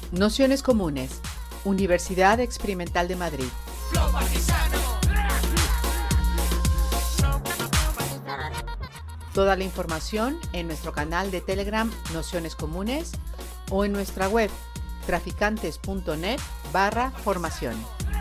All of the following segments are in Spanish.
Nociones Comunes, Universidad Experimental de Madrid. Toda la información en nuestro canal de Telegram Nociones Comunes o en nuestra web traficantes.net/formación.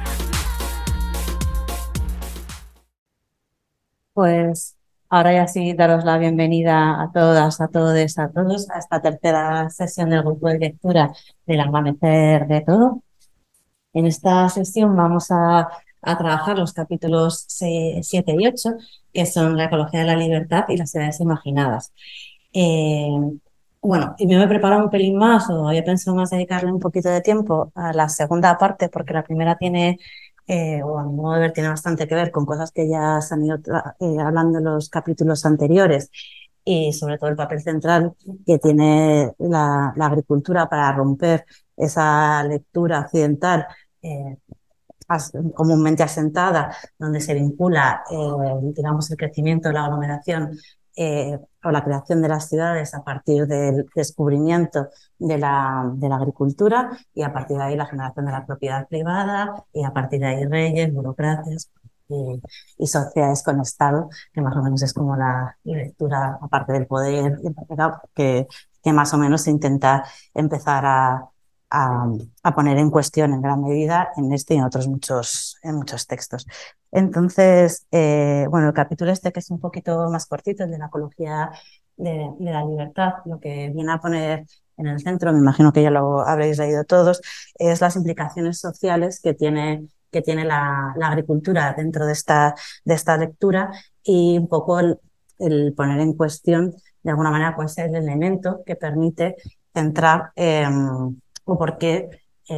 Pues ahora ya sí daros la bienvenida a todas, a todos, a todos a esta tercera sesión del grupo de lectura del Amanecer de Todo. En esta sesión vamos a trabajar los capítulos 7 y 8, que son la ecología de la libertad y las ciudades imaginadas. Eh, bueno, y me he preparado un pelín más, o había pensado más dedicarle un poquito de tiempo a la segunda parte, porque la primera tiene, o a mi modo de ver, tiene bastante que ver con cosas que ya se han ido hablando en los capítulos anteriores, y sobre todo el papel central que tiene la agricultura para romper esa lectura occidental eh, comúnmente asentada, donde se vincula, digamos, el crecimiento, la aglomeración o la creación de las ciudades a partir del descubrimiento de la agricultura, y a partir de ahí la generación de la propiedad privada, y a partir de ahí reyes, burocracias y sociedades con Estado, que más o menos es como la lectura, aparte del poder, que más o menos se intenta empezar a, a poner en cuestión en gran medida en este y en muchos textos. Entonces, bueno, el capítulo este, que es un poquito más cortito, el de la ecología de la libertad, lo que viene a poner en el centro, me imagino que ya lo habréis leído todos, es las implicaciones sociales que tiene la agricultura dentro de esta lectura, y un poco el poner en cuestión de alguna manera cuál es el elemento que permite centrar o por qué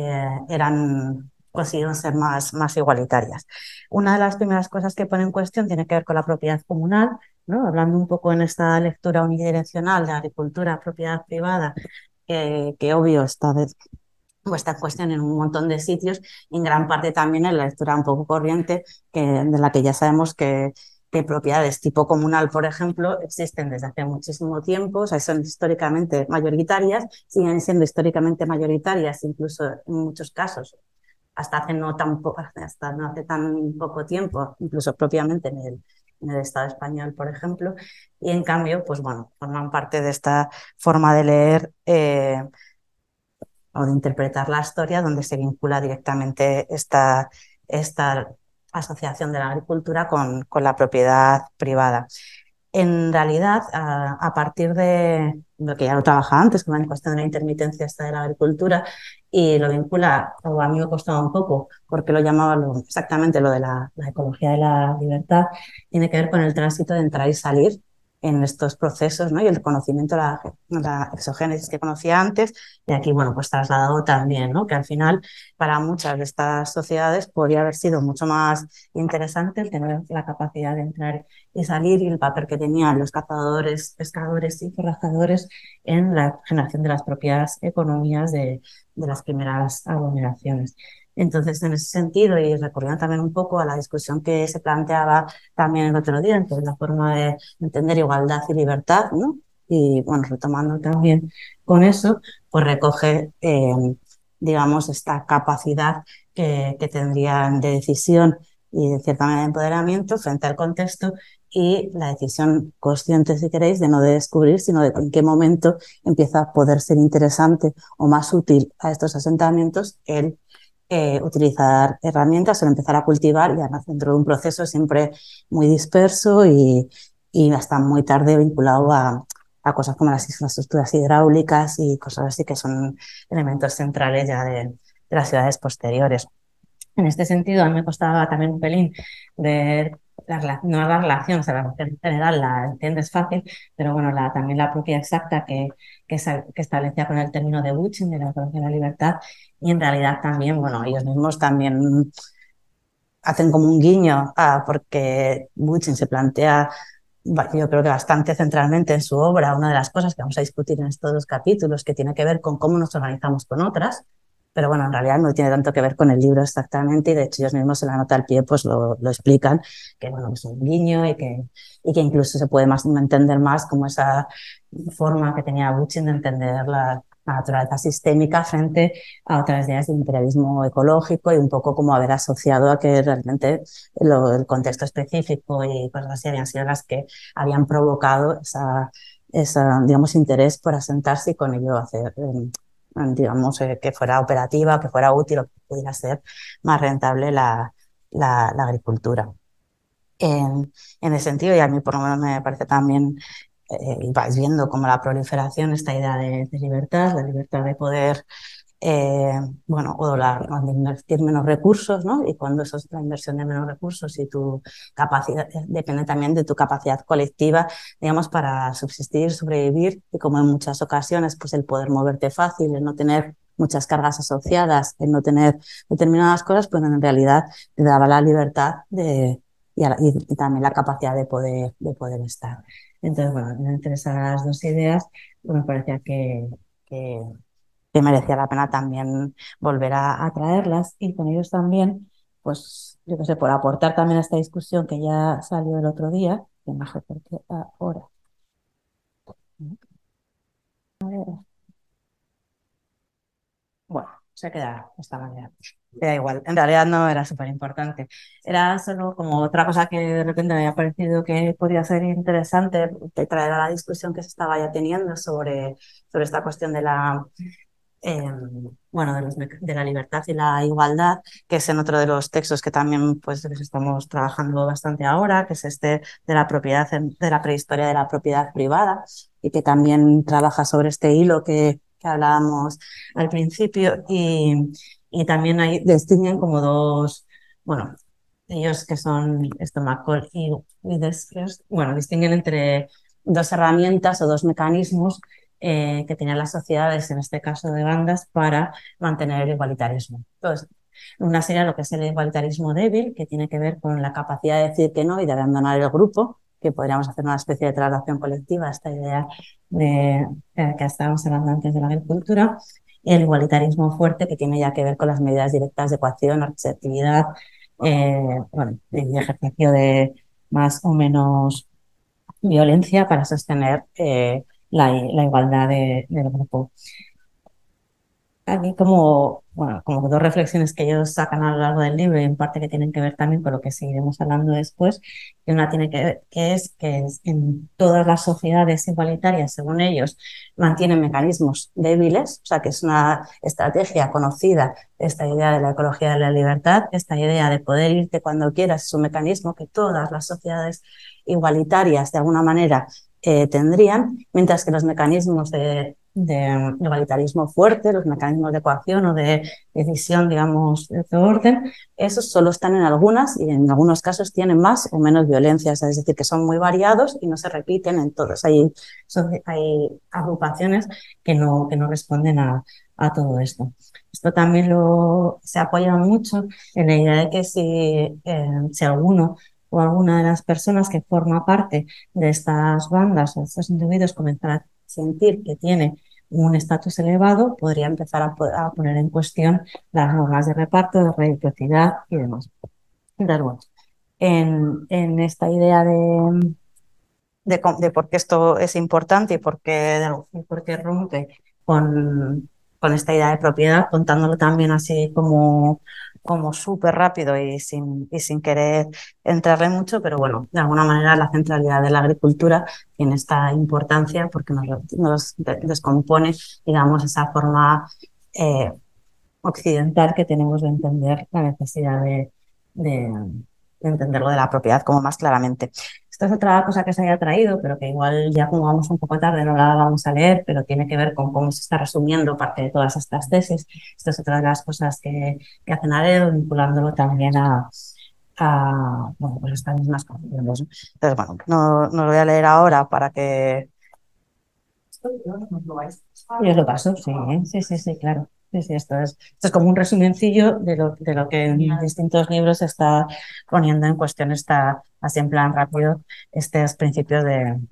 consiguieron ser más igualitarias. Una de las primeras cosas que pone en cuestión tiene que ver con la propiedad comunal, ¿no? Hablando un poco en esta lectura unidireccional de agricultura, propiedad privada, que obvio está en cuestión en un montón de sitios, y en gran parte también en la lectura un poco corriente, de la que ya sabemos que propiedades tipo comunal, por ejemplo, existen desde hace muchísimo tiempo, o sea, son históricamente mayoritarias, siguen siendo históricamente mayoritarias, incluso en muchos casos, hasta no hace tan poco tiempo, incluso propiamente en el Estado español, por ejemplo, y en cambio, pues bueno, forman parte de esta forma de leer o de interpretar la historia, donde se vincula directamente esta asociación de la agricultura con la propiedad privada. En realidad, a partir de lo que ya lo trabajaba antes, con la cuestión de la intermitencia esta de la agricultura, y lo vincula, o a mí me costaba un poco, porque lo llamaba exactamente lo de la ecología de la libertad, tiene que ver con el tránsito de entrar y salir en estos procesos, ¿no? Y el conocimiento, la exogénesis que conocía antes, y aquí, bueno, pues trasladado también, ¿no? Que al final, para muchas de estas sociedades podría haber sido mucho más interesante el tener la capacidad de entrar y salir, y el papel que tenían los cazadores, pescadores y forrajadores en la generación de las propias economías de las primeras aglomeraciones. Entonces, en ese sentido, y recurriendo también un poco a la discusión que se planteaba también el otro día, entonces la forma de entender igualdad y libertad, ¿no? Y bueno, retomando también con eso, pues recoge, digamos, esta capacidad que tendrían de decisión y de cierta manera de empoderamiento frente al contexto, y la decisión consciente, si queréis, de no de descubrir, sino de en qué momento empieza a poder ser interesante o más útil a estos asentamientos el utilizar herramientas o empezar a cultivar, ya dentro de un proceso siempre muy disperso y hasta muy tarde vinculado a cosas como las infraestructuras hidráulicas y cosas así, que son elementos centrales ya de las ciudades posteriores. En este sentido, a mí me costaba también un pelín ver no la relación, o sea, la relación en general la entiendes fácil, pero bueno, también la propia exacta que establecía con el término de Butchin, de la ecología de la libertad, y en realidad también, bueno, ellos mismos también hacen como un guiño porque Butchin se plantea, yo creo que bastante centralmente en su obra, una de las cosas que vamos a discutir en estos dos capítulos, que tiene que ver con cómo nos organizamos con otras, pero bueno, en realidad no tiene tanto que ver con el libro exactamente, y de hecho ellos mismos en la nota al pie pues lo explican, que bueno, es un guiño y que incluso se puede entender más como esa forma que tenía Butchin de entender la naturaleza sistémica frente a otras ideas de imperialismo ecológico y un poco como haber asociado a que realmente el contexto específico y cosas así habían sido las que habían provocado esa digamos, interés por asentarse y con ello hacer, digamos, que fuera operativa, que fuera útil o que pudiera ser más rentable la agricultura. En ese sentido, y a mí por lo menos me parece también, y vais viendo como la proliferación, esta idea de libertad, la libertad de poder, bueno, o de invertir menos recursos, ¿no? Y cuando eso es la inversión de menos recursos y tu capacidad, depende también de tu capacidad colectiva, digamos, para subsistir, sobrevivir, y como en muchas ocasiones, pues el poder moverte fácil, el no tener muchas cargas asociadas, el no tener determinadas cosas, pues en realidad te daba la libertad y también la capacidad de poder estar. Entonces, bueno, entre esas dos ideas, pues me parecía que, que merecía la pena también volver a traerlas y con ellos también, pues, yo qué sé, por aportar también a esta discusión que ya salió el otro día, que no sé por qué ahora. A ver, bueno, se queda de esta manera. Da igual, en realidad no era súper importante. Era solo como otra cosa que de repente me había parecido que podría ser interesante de traer a la discusión que se estaba ya teniendo sobre esta cuestión de eh, bueno, de la libertad y la igualdad, que es en otro de los textos que también pues, estamos trabajando bastante ahora, que es este de la propiedad, de la prehistoria de la propiedad privada, y que también trabaja sobre este hilo que hablábamos al principio, y también hay, distinguen como dos, bueno, ellos que son esto, McCall y Desprez, bueno, distinguen entre dos herramientas o dos mecanismos que tenían las sociedades, en este caso de bandas, para mantener el igualitarismo. Entonces, una sería lo que es el igualitarismo débil, que tiene que ver con la capacidad de decir que no y de abandonar el grupo, que podríamos hacer una especie de traslación colectiva, esta idea de, que estábamos hablando antes de la agricultura, y el igualitarismo fuerte, que tiene ya que ver con las medidas directas de coacción, receptividad, bueno, el ejercicio de más o menos violencia para sostener la igualdad del grupo. Aquí como, bueno, como dos reflexiones que ellos sacan a lo largo del libro y en parte que tienen que ver también con lo que seguiremos hablando después, y una tiene que ver que es en todas las sociedades igualitarias, según ellos, mantienen mecanismos débiles, o sea que es una estrategia conocida, esta idea de la ecología de la libertad, esta idea de poder irte cuando quieras, es un mecanismo que todas las sociedades igualitarias de alguna manera tendrían, mientras que los mecanismos de igualitarismo fuerte, los mecanismos de coacción o de decisión, digamos, de otro orden, esos solo están en algunas y en algunos casos tienen más o menos violencia, es decir, que son muy variados y no se repiten en todos. Hay agrupaciones que no responden a todo esto. Esto también se apoya mucho en la idea de que si alguno o alguna de las personas que forma parte de estas bandas o estos individuos comenzar a sentir que tiene un estatus elevado, podría empezar a poner en cuestión las normas de reparto, de reciprocidad y demás. Entonces, bueno, en esta idea de por qué esto es importante y por qué rompe con esta idea de propiedad, contándolo también así como súper rápido y sin querer entrarle mucho, pero bueno, de alguna manera la centralidad de la agricultura tiene esta importancia porque nos descompone, digamos, esa forma eh, occidental que tenemos de entender la necesidad de entender lo de la propiedad como más claramente. Esto es otra cosa que se haya traído, pero que igual ya como vamos un poco tarde no la vamos a leer, pero tiene que ver con cómo se está resumiendo parte de todas estas tesis. Esto es otra de las cosas que hacen Aredo, vinculándolo también bueno, pues estas mismas concepciones. Entonces, bueno, no lo voy a leer ahora para que... Yo os lo paso, sí, ¿eh? Sí, sí, sí, claro. Sí, sí, esto es como un resumencillo de lo que en distintos libros se está poniendo en cuestión, así en plan rápido, estos principios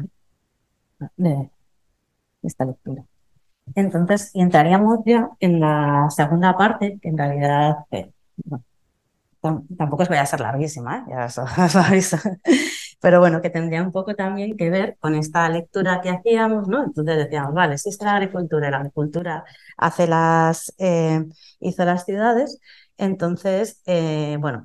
de esta lectura. Entonces, y entraríamos ya en la segunda parte, que en realidad bueno, tampoco os voy a ser larguísima, ¿eh? Ya os lo aviso. pero bueno, que tendría un poco también que ver con esta lectura que hacíamos, ¿no? Entonces decíamos, vale, existe la agricultura y la agricultura hace hizo las ciudades, entonces, bueno,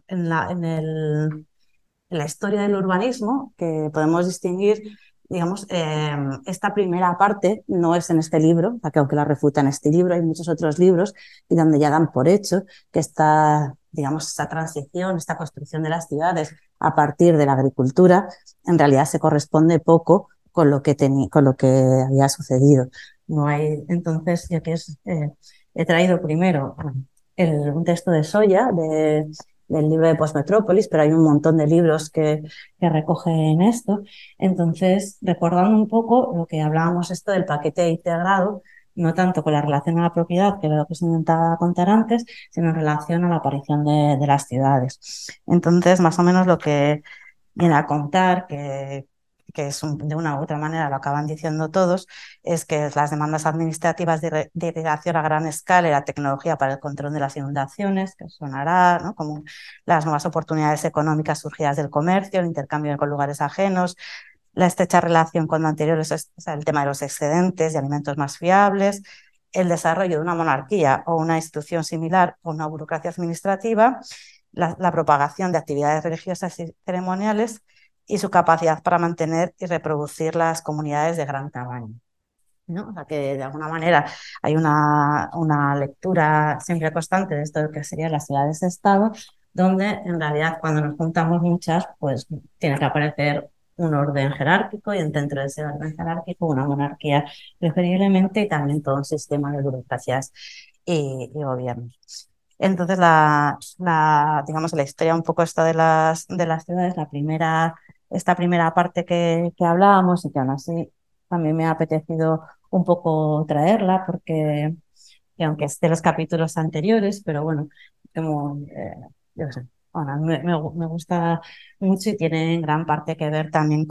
en la historia del urbanismo, que podemos distinguir, digamos, esta primera parte no es en este libro, que aunque la refuta en este libro, hay muchos otros libros y donde ya dan por hecho que esta, digamos, esta transición, esta construcción de las ciudades a partir de la agricultura, en realidad se corresponde poco con lo que había sucedido. No hay, entonces, yo que he traído primero un texto de Soya, del libro de Postmetrópolis, pero hay un montón de libros que recogen esto. Entonces, recordando un poco lo que hablábamos esto del paquete integrado, no tanto con la relación a la propiedad, que era lo que se intentaba contar antes, sino en relación a la aparición de las ciudades. Entonces, más o menos lo que viene a contar, que es de una u otra manera lo acaban diciendo todos, es que las demandas administrativas de irrigación a gran escala y la tecnología para el control de las inundaciones, que sonará, ¿no? Como las nuevas oportunidades económicas surgidas del comercio, el intercambio con lugares ajenos, la estrecha relación con lo anterior, o sea, el tema de los excedentes de alimentos más fiables, el desarrollo de una monarquía o una institución similar o una burocracia administrativa, la propagación de actividades religiosas y ceremoniales y su capacidad para mantener y reproducir las comunidades de gran tamaño, ¿no? O sea, que de alguna manera hay una lectura siempre constante de esto que serían las ciudades-estado, donde en realidad cuando nos juntamos muchas, pues tiene que aparecer un orden jerárquico y dentro de ese orden jerárquico una monarquía preferiblemente y también todo un sistema de burocracias y gobiernos. Entonces, digamos, la historia un poco esta de las ciudades, esta primera parte que hablábamos y que aún así también me ha apetecido un poco traerla porque, y aunque es de los capítulos anteriores, pero bueno, como, yo qué sé, bueno, me gusta mucho y tiene en gran parte que ver también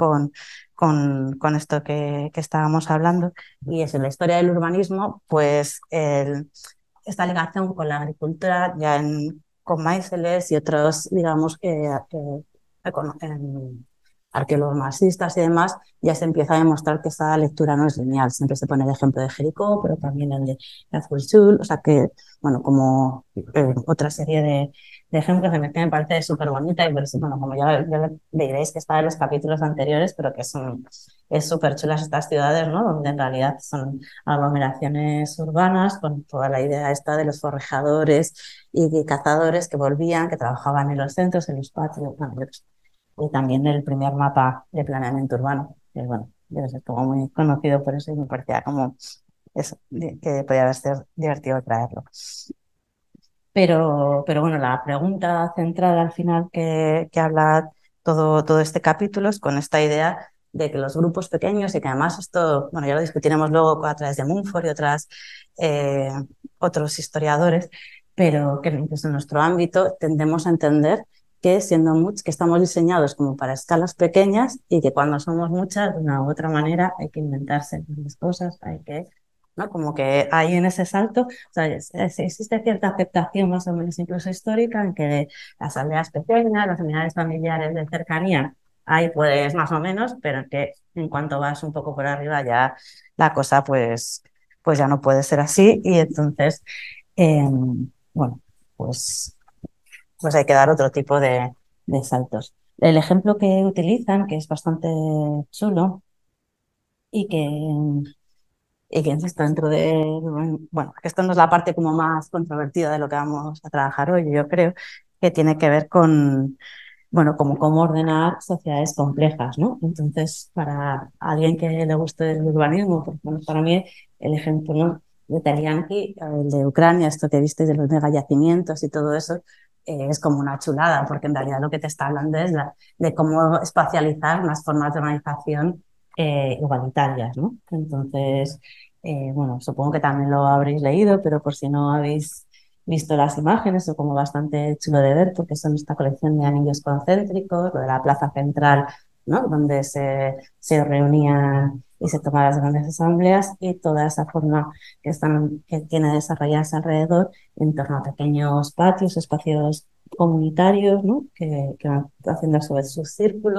con esto que estábamos hablando. Y es en la historia del urbanismo, pues esta ligación con la agricultura con Maíceles y otros, digamos, arqueólogos marxistas y demás, ya se empieza a demostrar que esta lectura no es lineal. Siempre se pone el ejemplo de Jericó, pero también el de Nazgul, o sea que, bueno, como otra serie de ejemplos que me parece súper bonita y por eso, bueno, como ya veréis que está en los capítulos anteriores, pero que es súper chulas estas ciudades, ¿no? Donde en realidad son aglomeraciones urbanas con toda la idea esta de los forjadores y cazadores que volvían, que trabajaban en los centros, en los patios, bueno, y también el primer mapa de planeamiento urbano, que bueno, debe ser como muy conocido por eso y me parecía como eso, que podía ser divertido traerlo. Pero bueno, la pregunta central al final que habla todo este capítulo es con esta idea de que los grupos pequeños y que además esto, bueno, ya lo discutiremos luego a través de Mumford y otros historiadores, pero que incluso en nuestro ámbito tendemos a entender que siendo muchos, que estamos diseñados como para escalas pequeñas y que cuando somos muchas, de una u otra manera, hay que inventarse las cosas, hay que, ¿no? Como que hay en ese salto, o sea, existe cierta aceptación más o menos incluso histórica en que las aldeas pequeñas, las unidades familiares de cercanía, hay pues más o menos, pero que en cuanto vas un poco por arriba ya la cosa pues ya no puede ser así y entonces, bueno, pues pues hay que dar otro tipo de saltos. El ejemplo que utilizan, que es bastante chulo y que insisto, dentro de, bueno, que esto no es la parte como más controvertida de lo que vamos a trabajar hoy, yo creo, que tiene que ver con, bueno, como cómo ordenar sociedades complejas, ¿no? Entonces, para alguien que le guste el urbanismo, por ejemplo, para mí el ejemplo, ¿no?, de Talianki, el de Ucrania, esto que viste de los megayacimientos y todo eso, es como una chulada, porque en realidad lo que te está hablando es de cómo espacializar unas formas de organización igualitarias, ¿no? Entonces, bueno, supongo que también lo habréis leído, pero por si no habéis visto las imágenes, son como bastante chulo de ver porque son esta colección de anillos concéntricos, lo de la plaza central, ¿no?, donde se reunían y se tomaban las grandes asambleas y toda esa forma que tiene desarrollarse alrededor en torno a pequeños patios, espacios comunitarios, ¿no?, que van haciendo a su vez sus círculos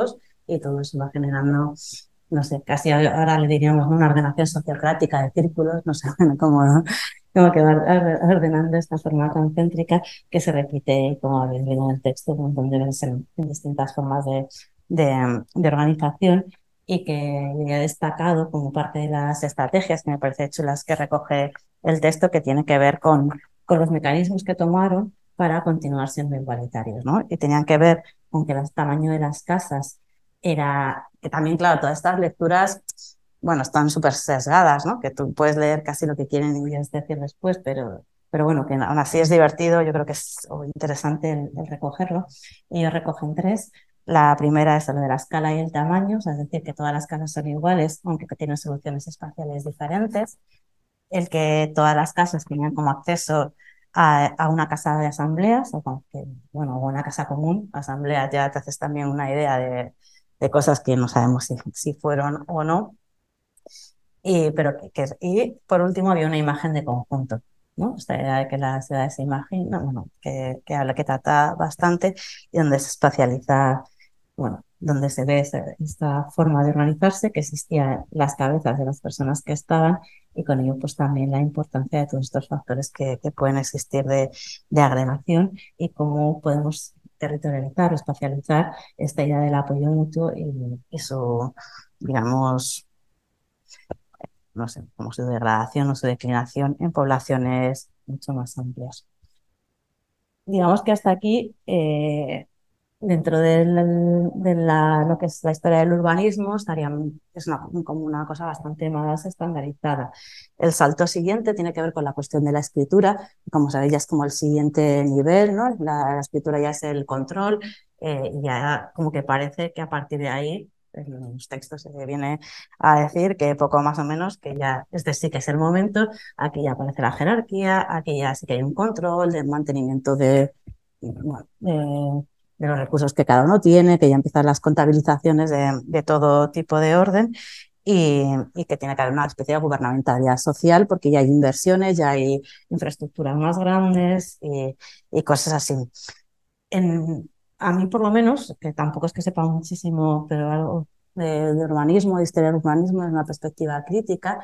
y todo eso va generando, no sé, casi ahora le diríamos una ordenación sociocrática de círculos, no sé, como que va ordenando esta forma concéntrica que se repite, como habéis visto en el texto, un montón de veces en distintas formas de organización y que he destacado como parte de las estrategias que me parece chulas que recoge el texto que tiene que ver con los mecanismos que tomaron para continuar siendo igualitarios, ¿no? Y tenían que ver con que el tamaño de las casas era, que también, claro, todas estas lecturas, bueno, están súper sesgadas, ¿no? Que tú puedes leer casi lo que quieren ellos decir después, pero bueno, que aún así es divertido, yo creo que es interesante el recogerlo. Y ellos recogen tres. La primera es lo de la escala y el tamaño, o sea, es decir, que todas las casas son iguales, aunque tienen soluciones espaciales diferentes. El que todas las casas tenían como acceso a una casa de asambleas, bueno, o una casa común. Asambleas ya te haces también una idea de cosas que no sabemos si fueron o no. Y por último había una imagen de conjunto, ¿no? Esta idea de que la ciudad es imagen, no, bueno, que habla, que trata bastante y donde se espacializa, bueno, donde se ve esta forma de organizarse que existía en las cabezas de las personas que estaban y con ello pues también la importancia de todos estos factores que pueden existir de agregación y cómo podemos territorializar o espacializar esta idea del apoyo mutuo y su, digamos, no sé, como su degradación o su declinación en poblaciones mucho más amplias. Digamos que hasta aquí, dentro lo que es la historia del urbanismo, es como una cosa bastante más estandarizada. El salto siguiente tiene que ver con la cuestión de la escritura. Como sabéis, ya es como el siguiente nivel, ¿no? La escritura ya es el control, y ya como que parece que a partir de ahí en los textos se viene a decir que poco más o menos que ya este sí que es el momento, aquí ya aparece la jerarquía, aquí ya sí que hay un control del mantenimiento bueno, de los recursos que cada uno tiene, que ya empiezan las contabilizaciones de todo tipo de orden y que tiene que haber una especie de gubernamentalidad social porque ya hay inversiones, ya hay infraestructuras más grandes y cosas así. En, a mí por lo menos, que tampoco es que sepa muchísimo, pero algo de urbanismo, de historia del urbanismo, desde una perspectiva crítica,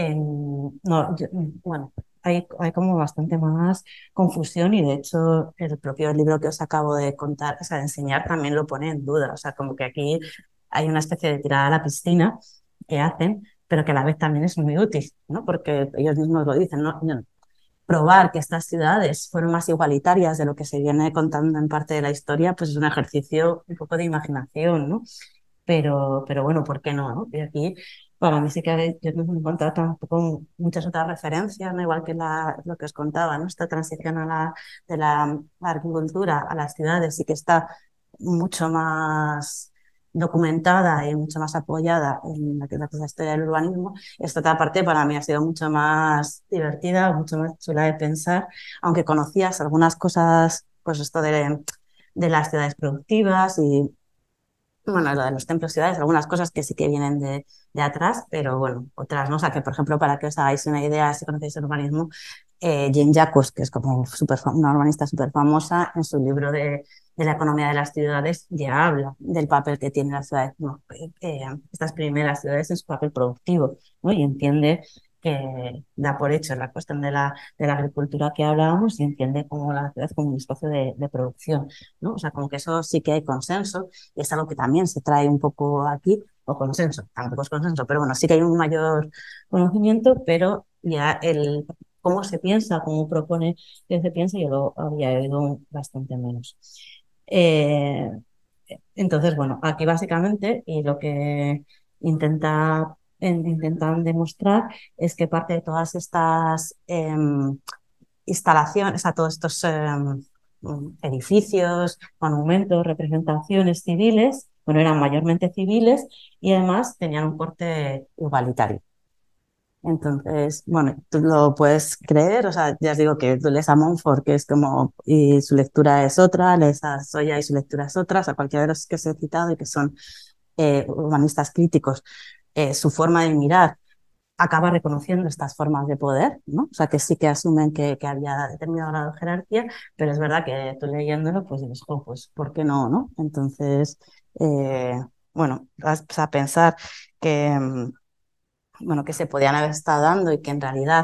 no, bueno, hay como bastante más confusión y de hecho el propio libro que os acabo de contar, o sea, de enseñar también lo pone en duda, o sea, como que aquí hay una especie de tirada a la piscina que hacen, pero que a la vez también es muy útil, ¿no? Porque ellos mismos lo dicen, ¿no? Probar que estas ciudades fueron más igualitarias de lo que se viene contando en parte de la historia, pues es un ejercicio un poco de imaginación, ¿no? Pero bueno, ¿por qué no? ¿No? Y aquí, para mí sí que yo no he encontrado tampoco muchas otras referencias, ¿no? Igual que lo que os contaba, ¿no? Esta transición de la agricultura a las ciudades sí que está mucho más documentada y mucho más apoyada en la historia del urbanismo. Esta otra parte para mí ha sido mucho más divertida, mucho más chula de pensar, aunque conocías algunas cosas, pues esto de las ciudades productivas y bueno, lo de los templos ciudades, algunas cosas que sí que vienen de atrás, pero bueno, otras no. O sea, que por ejemplo, para que os hagáis una idea, si conocéis el urbanismo, Jane Jacobs, que es como una urbanista súper famosa, en su libro de la economía de las ciudades, ya habla del papel que tienen las ciudades, no, estas primeras ciudades en su papel productivo, ¿no? Y entiende que da por hecho la cuestión de la agricultura que hablábamos y entiende como la ciudad como un espacio de producción, ¿no? O sea, como que eso sí que hay consenso y es algo que también se trae un poco aquí, o consenso, tampoco es consenso, pero bueno, sí que hay un mayor conocimiento, pero ya el cómo se piensa, cómo propone que se piense, yo lo había oído bastante menos. Eh, entonces, bueno, aquí básicamente, y lo que intentan demostrar es que parte de todas estas instalaciones, a todos estos edificios, monumentos, representaciones civiles, bueno, eran mayormente civiles y además tenían un corte igualitario. Entonces, bueno, tú lo puedes creer, o sea, ya os digo que tú lees a Montfort, que es como, y su lectura es otra, lees a Soya y su lectura es otra, o sea, cualquiera de los que os he citado y que son urbanistas críticos, su forma de mirar acaba reconociendo estas formas de poder, ¿no? O sea, que sí que asumen que había determinado grado de jerarquía, pero es verdad que tú leyéndolo, pues dices, oh, pues, ¿por qué no, no? Entonces, bueno, a pensar que, bueno, que se podían haber estado dando y que en realidad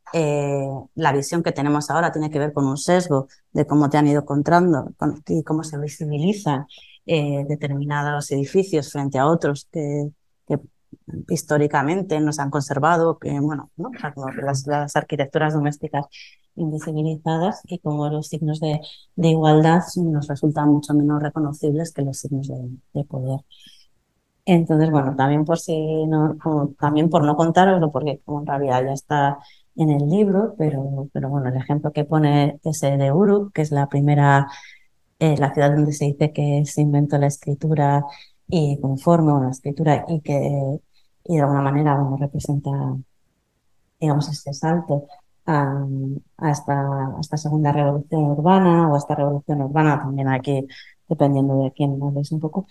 la visión que tenemos ahora tiene que ver con un sesgo de cómo te han ido contando y cómo se visibilizan determinados edificios frente a otros que históricamente nos han conservado, que, bueno, ¿no? O sea, como las arquitecturas domésticas invisibilizadas y como los signos de igualdad nos resultan mucho menos reconocibles que los signos de poder. Entonces, bueno, también por si no, también por no contároslo, porque como en realidad ya está en el libro, pero bueno, el ejemplo que pone es el de Uruk, que es la primera, la ciudad donde se dice que se inventó la escritura y conforme a la escritura y de alguna manera bueno, representa, digamos, este salto a, a esta segunda revolución urbana o a esta revolución urbana también aquí, dependiendo de quién hables un poco.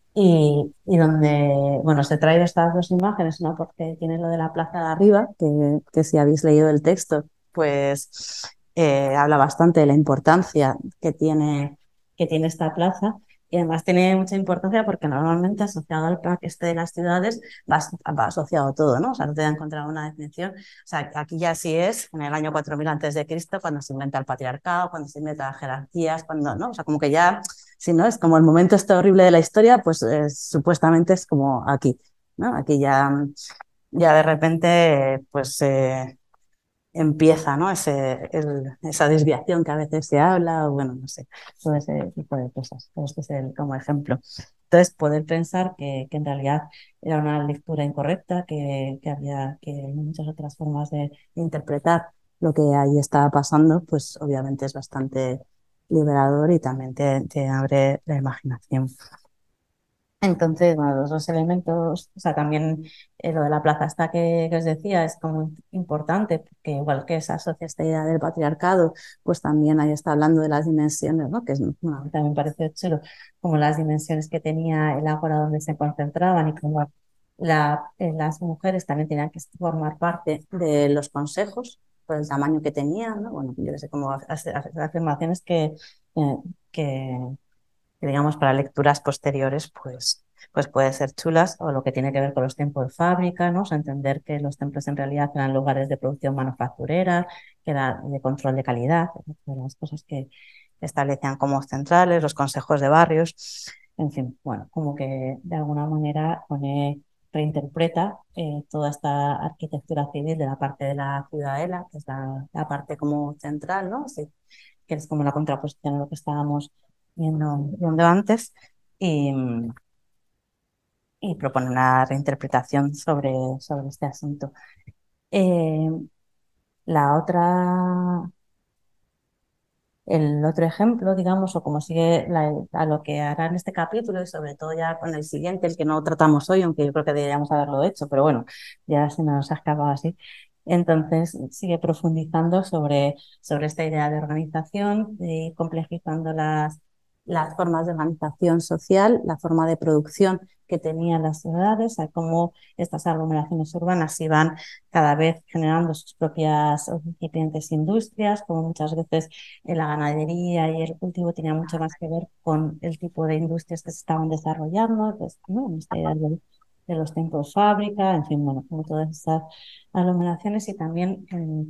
Y donde, bueno, se trae estas dos imágenes, ¿no? Porque tiene lo de la plaza de arriba, que si habéis leído el texto, pues habla bastante de la importancia que tiene esta plaza. Y además tiene mucha importancia porque normalmente asociado al pack este de las ciudades va asociado todo, ¿no? O sea, no te voy a encontrar una definición. O sea, aquí ya sí es en el año 4000 antes de Cristo, cuando se inventa el patriarcado, cuando se inventan las jerarquías, cuando, ¿no? O sea, como que ya si no, es como el momento este horrible de la historia, pues supuestamente es como aquí, ¿no? Aquí ya, ya de repente, pues empieza, ¿no? Esa desviación que a veces se habla, o bueno, no sé, todo ese tipo de cosas. Todo este es como ejemplo. Entonces, poder pensar que en realidad era una lectura incorrecta, que había que hay muchas otras formas de interpretar lo que ahí estaba pasando, pues obviamente es bastante liberador y también te abre la imaginación. Entonces, bueno, los dos elementos, o sea, también lo de la plaza esta que os decía es como importante, porque igual que se asocia esta idea del patriarcado, pues también ahí está hablando de las dimensiones, ¿no? Que es, bueno, a mí también me pareció chulo, como las dimensiones que tenía el ágora donde se concentraban y como las mujeres también tenían que formar parte de los consejos por el tamaño que tenían, ¿no? Bueno, yo no sé, como afirmaciones eh, que que digamos para lecturas posteriores, pues puede ser chulas, o lo que tiene que ver con los tiempos de fábrica, ¿no? O sea, entender que los templos en realidad eran lugares de producción manufacturera, que era de control de calidad, las cosas que establecían como centrales, los consejos de barrios, en fin, bueno, como que de alguna manera reinterpreta toda esta arquitectura civil de la parte de la ciudadela, que es la parte como central, ¿no? Sí, que es como la contraposición a lo que estábamos viendo antes, y, y propone una reinterpretación sobre este asunto. Eh, la otra, el otro ejemplo, digamos, o como sigue a lo que hará en este capítulo y sobre todo ya con el siguiente, el que no tratamos hoy, aunque yo creo que deberíamos haberlo hecho, pero bueno, ya se nos ha escapado así. Entonces sigue profundizando sobre esta idea de organización y complejizando las formas de organización social, la forma de producción que tenían las ciudades, a cómo estas aglomeraciones urbanas iban cada vez generando sus propias incipientes industrias, como muchas veces la ganadería y el cultivo tenía mucho más que ver con el tipo de industrias que se estaban desarrollando, pues, ¿no? Esta idea de los tiempos fábrica, en fin, bueno, como todas estas aglomeraciones y también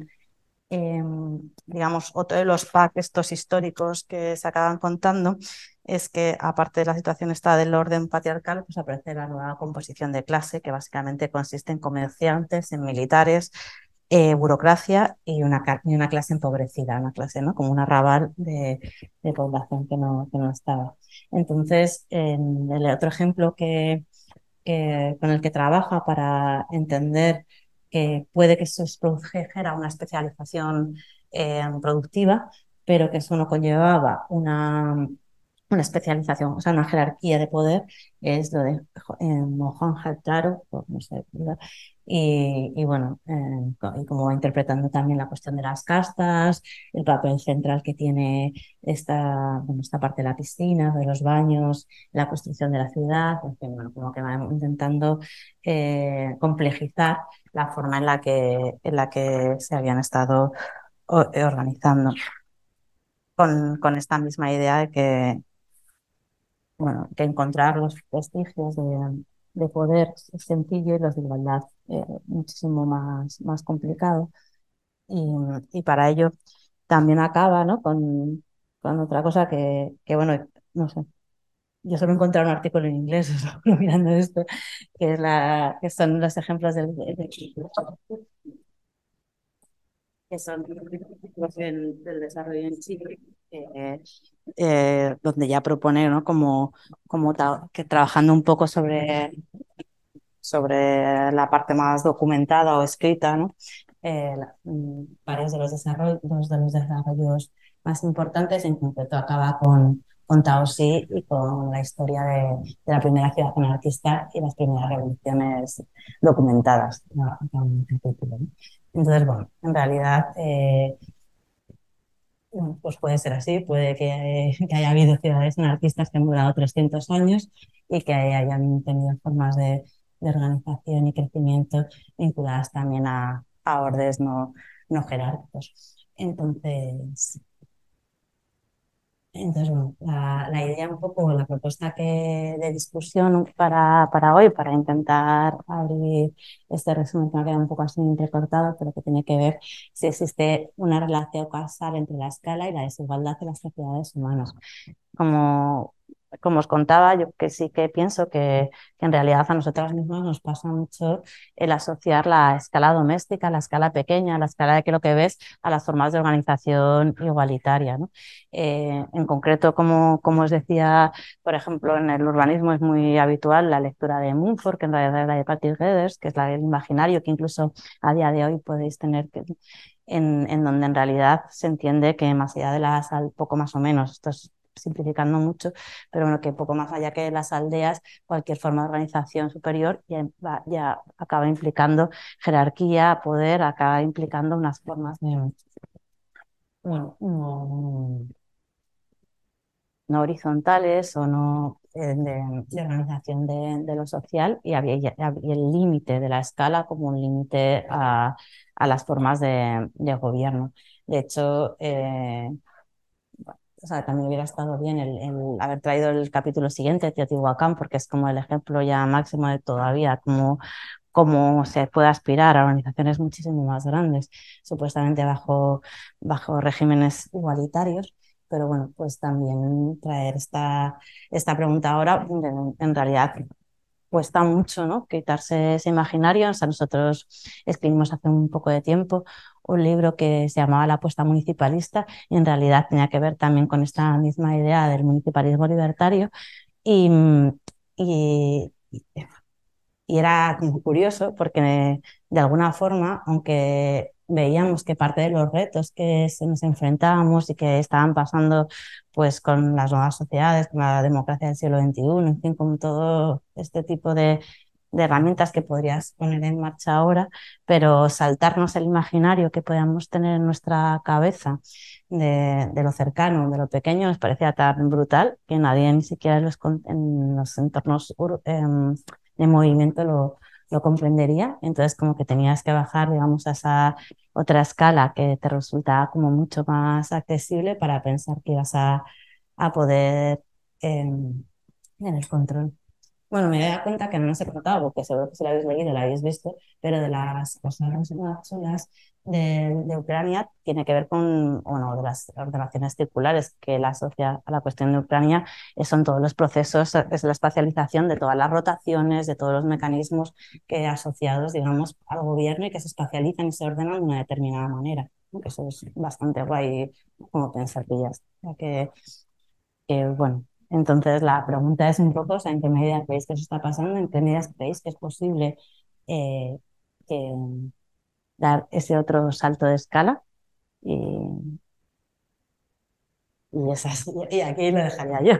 digamos, otro de los facts estos históricos que se acaban contando es que, aparte de la situación esta del orden patriarcal, pues aparece la nueva composición de clase, que básicamente consiste en comerciantes, en militares, burocracia y una clase empobrecida, una clase, ¿no? Como un arrabal de población que no estaba. Entonces, en el otro ejemplo con el que trabaja para entender que puede que eso produjera una especialización productiva, pero que eso no conllevaba una especialización, o sea, una jerarquía de poder, es lo de Mohanjad-Daro, no sé, ¿verdad? Y bueno, y como interpretando también la cuestión de las castas, el papel central que tiene bueno, esta parte de la piscina, de los baños, la construcción de la ciudad, en fin, bueno, como que va intentando complejizar la forma en la que se habían estado organizando con esta misma idea bueno, que encontrar los vestigios de poder es sencillo y los de igualdad muchísimo más complicado. Y, y para ello también acaba, ¿no? con otra cosa bueno, no sé, yo solo he encontrado un artículo en inglés solo mirando esto, que son los ejemplos que son del desarrollo en Chile, donde ya propone, ¿no? Que trabajando un poco sobre la parte más documentada o escrita, ¿no? Varios de los desarrollos más importantes, en concreto acaba con Taosi y con la historia de la primera ciudad anarquista y las primeras revoluciones documentadas. ¿No? Entonces, bueno, en realidad pues puede ser así, puede que haya habido ciudades anarquistas que han durado 300 años y que hayan tenido formas de organización y crecimiento vinculadas también a órdenes no jerárquicos. Entonces, bueno, la idea un poco, la propuesta de discusión para hoy, para intentar abrir este resumen que me ha quedado un poco así entrecortado, pero que tiene que ver si existe una relación causal entre la escala y la desigualdad de las sociedades humanas. Como, como os contaba, yo que sí que pienso que en realidad a nosotras mismas nos pasa mucho el asociar la escala doméstica, la escala pequeña, la escala de que lo que ves a las formas de organización igualitaria, ¿no? En concreto, como os decía, por ejemplo, en el urbanismo es muy habitual la lectura de Mumford, que en realidad es la de Patty Geddes, que es el imaginario que incluso a día de hoy podéis tener en donde en realidad se entiende que más allá de poco más o menos, esto es simplificando mucho, pero bueno, que poco más allá que las aldeas, cualquier forma de organización superior ya acaba implicando jerarquía, poder, acaba implicando unas formas bueno, no horizontales o no de organización de lo social y había el límite de la escala como un límite a las formas de gobierno. De hecho, o sea, también hubiera estado bien el haber traído el capítulo siguiente, Teotihuacán, porque es como el ejemplo ya máximo de todavía, como se puede aspirar a organizaciones muchísimo más grandes, supuestamente bajo regímenes igualitarios. Pero bueno, pues también traer esta pregunta ahora, en realidad cuesta mucho, ¿no? Quitarse ese imaginario. O sea, nosotros escribimos hace un poco de tiempo un libro que se llamaba La apuesta municipalista y en realidad tenía que ver también con esta misma idea del municipalismo libertario y, y, y era como curioso porque de alguna forma, aunque veíamos que parte de los retos que nos enfrentábamos y que estaban pasando pues con las nuevas sociedades, con la democracia del siglo XXI, en fin, con todo este tipo de herramientas que podrías poner en marcha ahora, pero saltarnos el imaginario que podíamos tener en nuestra cabeza de lo cercano, de lo pequeño, nos parecía tan brutal que nadie ni siquiera en los entornos de movimiento lo comprendería. Entonces, como que tenías que bajar, digamos, a esa otra escala que te resultaba como mucho más accesible para pensar que ibas a poder tener control. Bueno, me doy cuenta que no nos he contado, porque seguro que si lo habéis leído, lo habéis visto, pero de las cosas más chulas de Ucrania tiene que ver con, bueno, de las ordenaciones circulares que la asocia a la cuestión de Ucrania, son todos los procesos, es la espacialización de todas las rotaciones, de todos los mecanismos que asociados, digamos, al gobierno y que se espacializan y se ordenan de una determinada manera. Que eso es bastante guay como pensar que ya está, bueno, entonces la pregunta es un poco, o sea, ¿en qué medida creéis que eso está pasando? ¿En qué medida creéis que es posible eh, que dar ese otro salto de escala? Y, y aquí lo dejaría yo.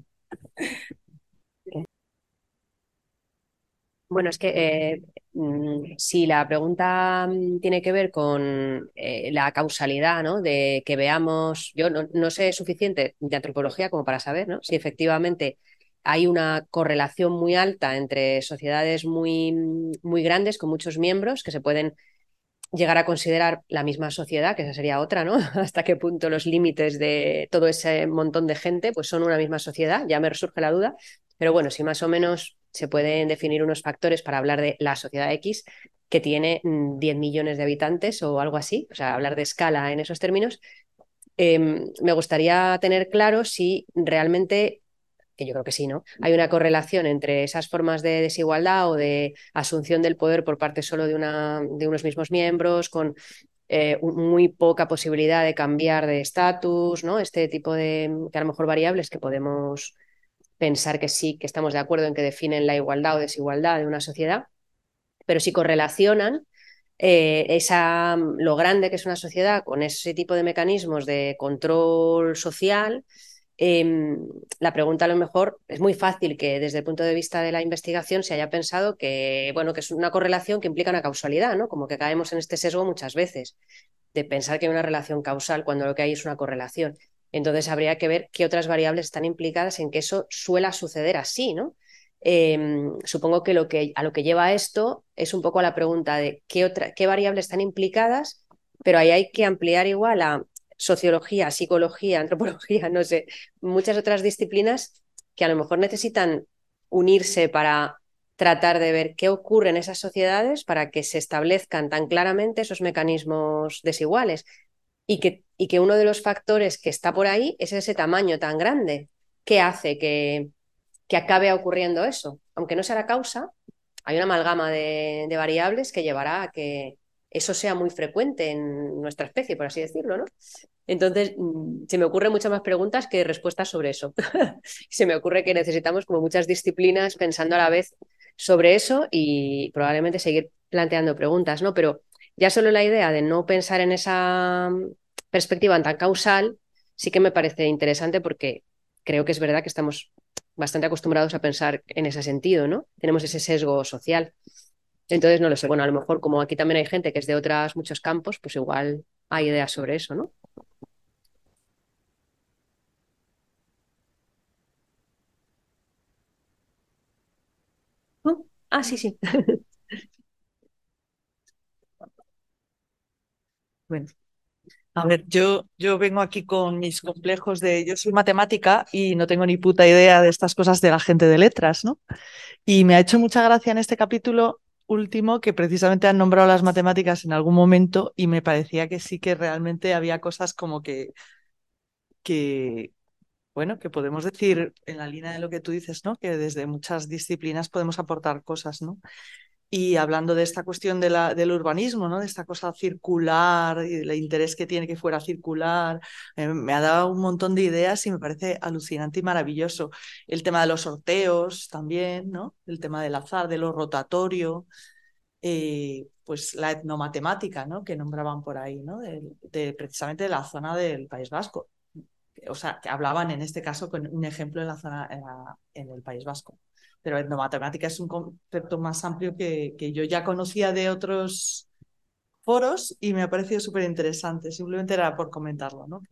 Bueno, es que si la pregunta tiene que ver con la causalidad, ¿no? De que veamos, yo no sé suficiente de antropología como para saber, ¿no? Si efectivamente hay una correlación muy alta entre sociedades muy grandes con muchos miembros que se pueden llegar a considerar la misma sociedad, que esa sería otra, ¿no? Hasta qué punto los límites de todo ese montón de gente pues son una misma sociedad, ya me resurge la duda, pero bueno, si más o menos se pueden definir unos factores para hablar de la sociedad X que tiene 10 millones de habitantes o algo así, o sea, hablar de escala en esos términos, me gustaría tener claro si realmente, que yo creo que sí, ¿no? Hay una correlación entre esas formas de desigualdad o de asunción del poder por parte solo de unos mismos miembros, con muy poca posibilidad de cambiar de estatus, ¿no? Este tipo de, que a lo mejor variables que podemos pensar que sí, que estamos de acuerdo en que definen la igualdad o desigualdad de una sociedad, pero si correlacionan lo grande que es una sociedad con ese tipo de mecanismos de control social. La pregunta a lo mejor es muy fácil que desde el punto de vista de la investigación se haya pensado que, bueno, que es una correlación que implica una causalidad, ¿no? Como que caemos en este sesgo muchas veces de pensar que hay una relación causal cuando lo que hay es una correlación. Entonces habría que ver qué otras variables están implicadas en que eso suela suceder así, ¿no? Supongo que, a lo que lleva esto es un poco a la pregunta de qué variables están implicadas, pero ahí hay que ampliar igual a sociología, psicología, antropología, no sé, muchas otras disciplinas que a lo mejor necesitan unirse para tratar de ver qué ocurre en esas sociedades para que se establezcan tan claramente esos mecanismos desiguales y que uno de los factores que está por ahí es ese tamaño tan grande que hace que acabe ocurriendo eso. Aunque no sea la causa, hay una amalgama de variables que llevará a que eso sea muy frecuente en nuestra especie, por así decirlo, ¿no? Entonces, se me ocurren muchas más preguntas que respuestas sobre eso. Se me ocurre que necesitamos como muchas disciplinas pensando a la vez sobre eso y probablemente seguir planteando preguntas, ¿no? Pero ya solo la idea de no pensar en esa perspectiva tan causal sí que me parece interesante porque creo que es verdad que estamos bastante acostumbrados a pensar en ese sentido, ¿no? Tenemos ese sesgo social. Entonces, no lo sé. Bueno, a lo mejor como aquí también hay gente que es de otros muchos campos, pues igual hay ideas sobre eso, ¿no? Ah, sí, sí. Bueno, a ver, yo vengo aquí con mis complejos de... Yo soy matemática y no tengo ni puta idea de estas cosas de la gente de letras, ¿no? Y me ha hecho mucha gracia en este capítulo último que precisamente han nombrado las matemáticas en algún momento y me parecía que sí que realmente había cosas como que bueno, que podemos decir en la línea de lo que tú dices, ¿no? Que desde muchas disciplinas podemos aportar cosas, ¿no? Y hablando de esta cuestión del urbanismo, ¿no? De esta cosa circular y del interés que tiene que fuera circular, me ha dado un montón de ideas y me parece alucinante y maravilloso. El tema de los sorteos también, ¿no? El tema del azar, de lo rotatorio, pues la etnomatemática, ¿no? Que nombraban por ahí, ¿no? Precisamente de la zona del País Vasco. O sea, que hablaban en este caso con un ejemplo en la zona, en el País Vasco. Pero etnomatemática es un concepto más amplio que yo ya conocía de otros foros y me ha parecido súper interesante. Simplemente era por comentarlo, ¿no?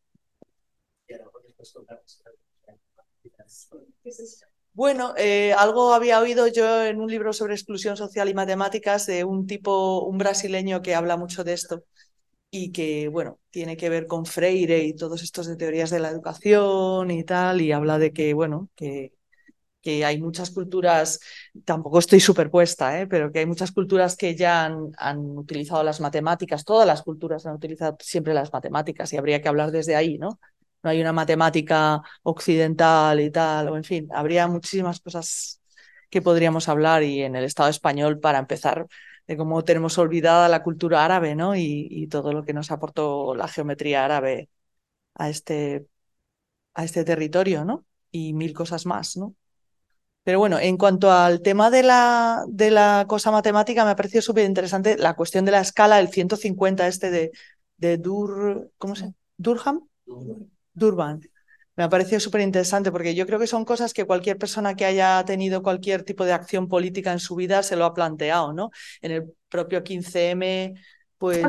Bueno, algo había oído yo en un libro sobre exclusión social y matemáticas de un tipo, un brasileño que habla mucho de esto y que, bueno, tiene que ver con Freire y todos estos de teorías de la educación y tal, y habla de que, bueno, que hay muchas culturas, tampoco estoy superpuesta, pero que hay muchas culturas que ya han utilizado las matemáticas, todas las culturas han utilizado siempre las matemáticas y habría que hablar desde ahí, ¿no? No hay una matemática occidental y tal, o en fin, habría muchísimas cosas que podríamos hablar y en el Estado español, para empezar, de cómo tenemos olvidada la cultura árabe, ¿no? Y todo lo que nos aportó la geometría árabe a este territorio, ¿no? Y mil cosas más, ¿no? Pero bueno, en cuanto al tema de la cosa matemática, me ha parecido súper interesante la cuestión de la escala, el 150 este de ¿cómo se llama? ¿Durham? Durban. Me ha parecido súper interesante porque yo creo que son cosas que cualquier persona que haya tenido cualquier tipo de acción política en su vida se lo ha planteado, ¿no? En el propio 15M, pues...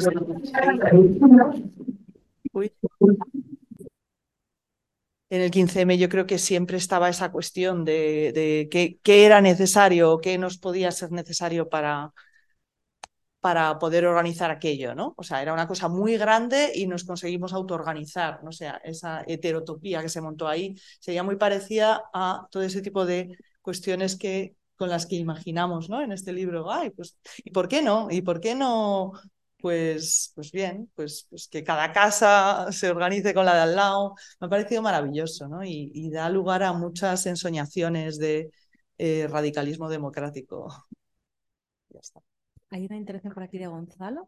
Uy. En el 15M yo creo que siempre estaba esa cuestión de qué era necesario o qué nos podía ser necesario para para poder organizar aquello, ¿no? O sea, era una cosa muy grande y nos conseguimos autoorganizar, ¿no? O sea, esa heterotopía que se montó ahí sería muy parecida a todo ese tipo de cuestiones con las que imaginamos, ¿no? En este libro. Ay, pues, ¿y por qué no? ¿Y por qué no? Pues bien, pues que cada casa se organice con la de al lado. Me ha parecido maravilloso, ¿no? Y da lugar a muchas ensoñaciones de radicalismo democrático. Ya está. Hay una intervención por aquí de Gonzalo.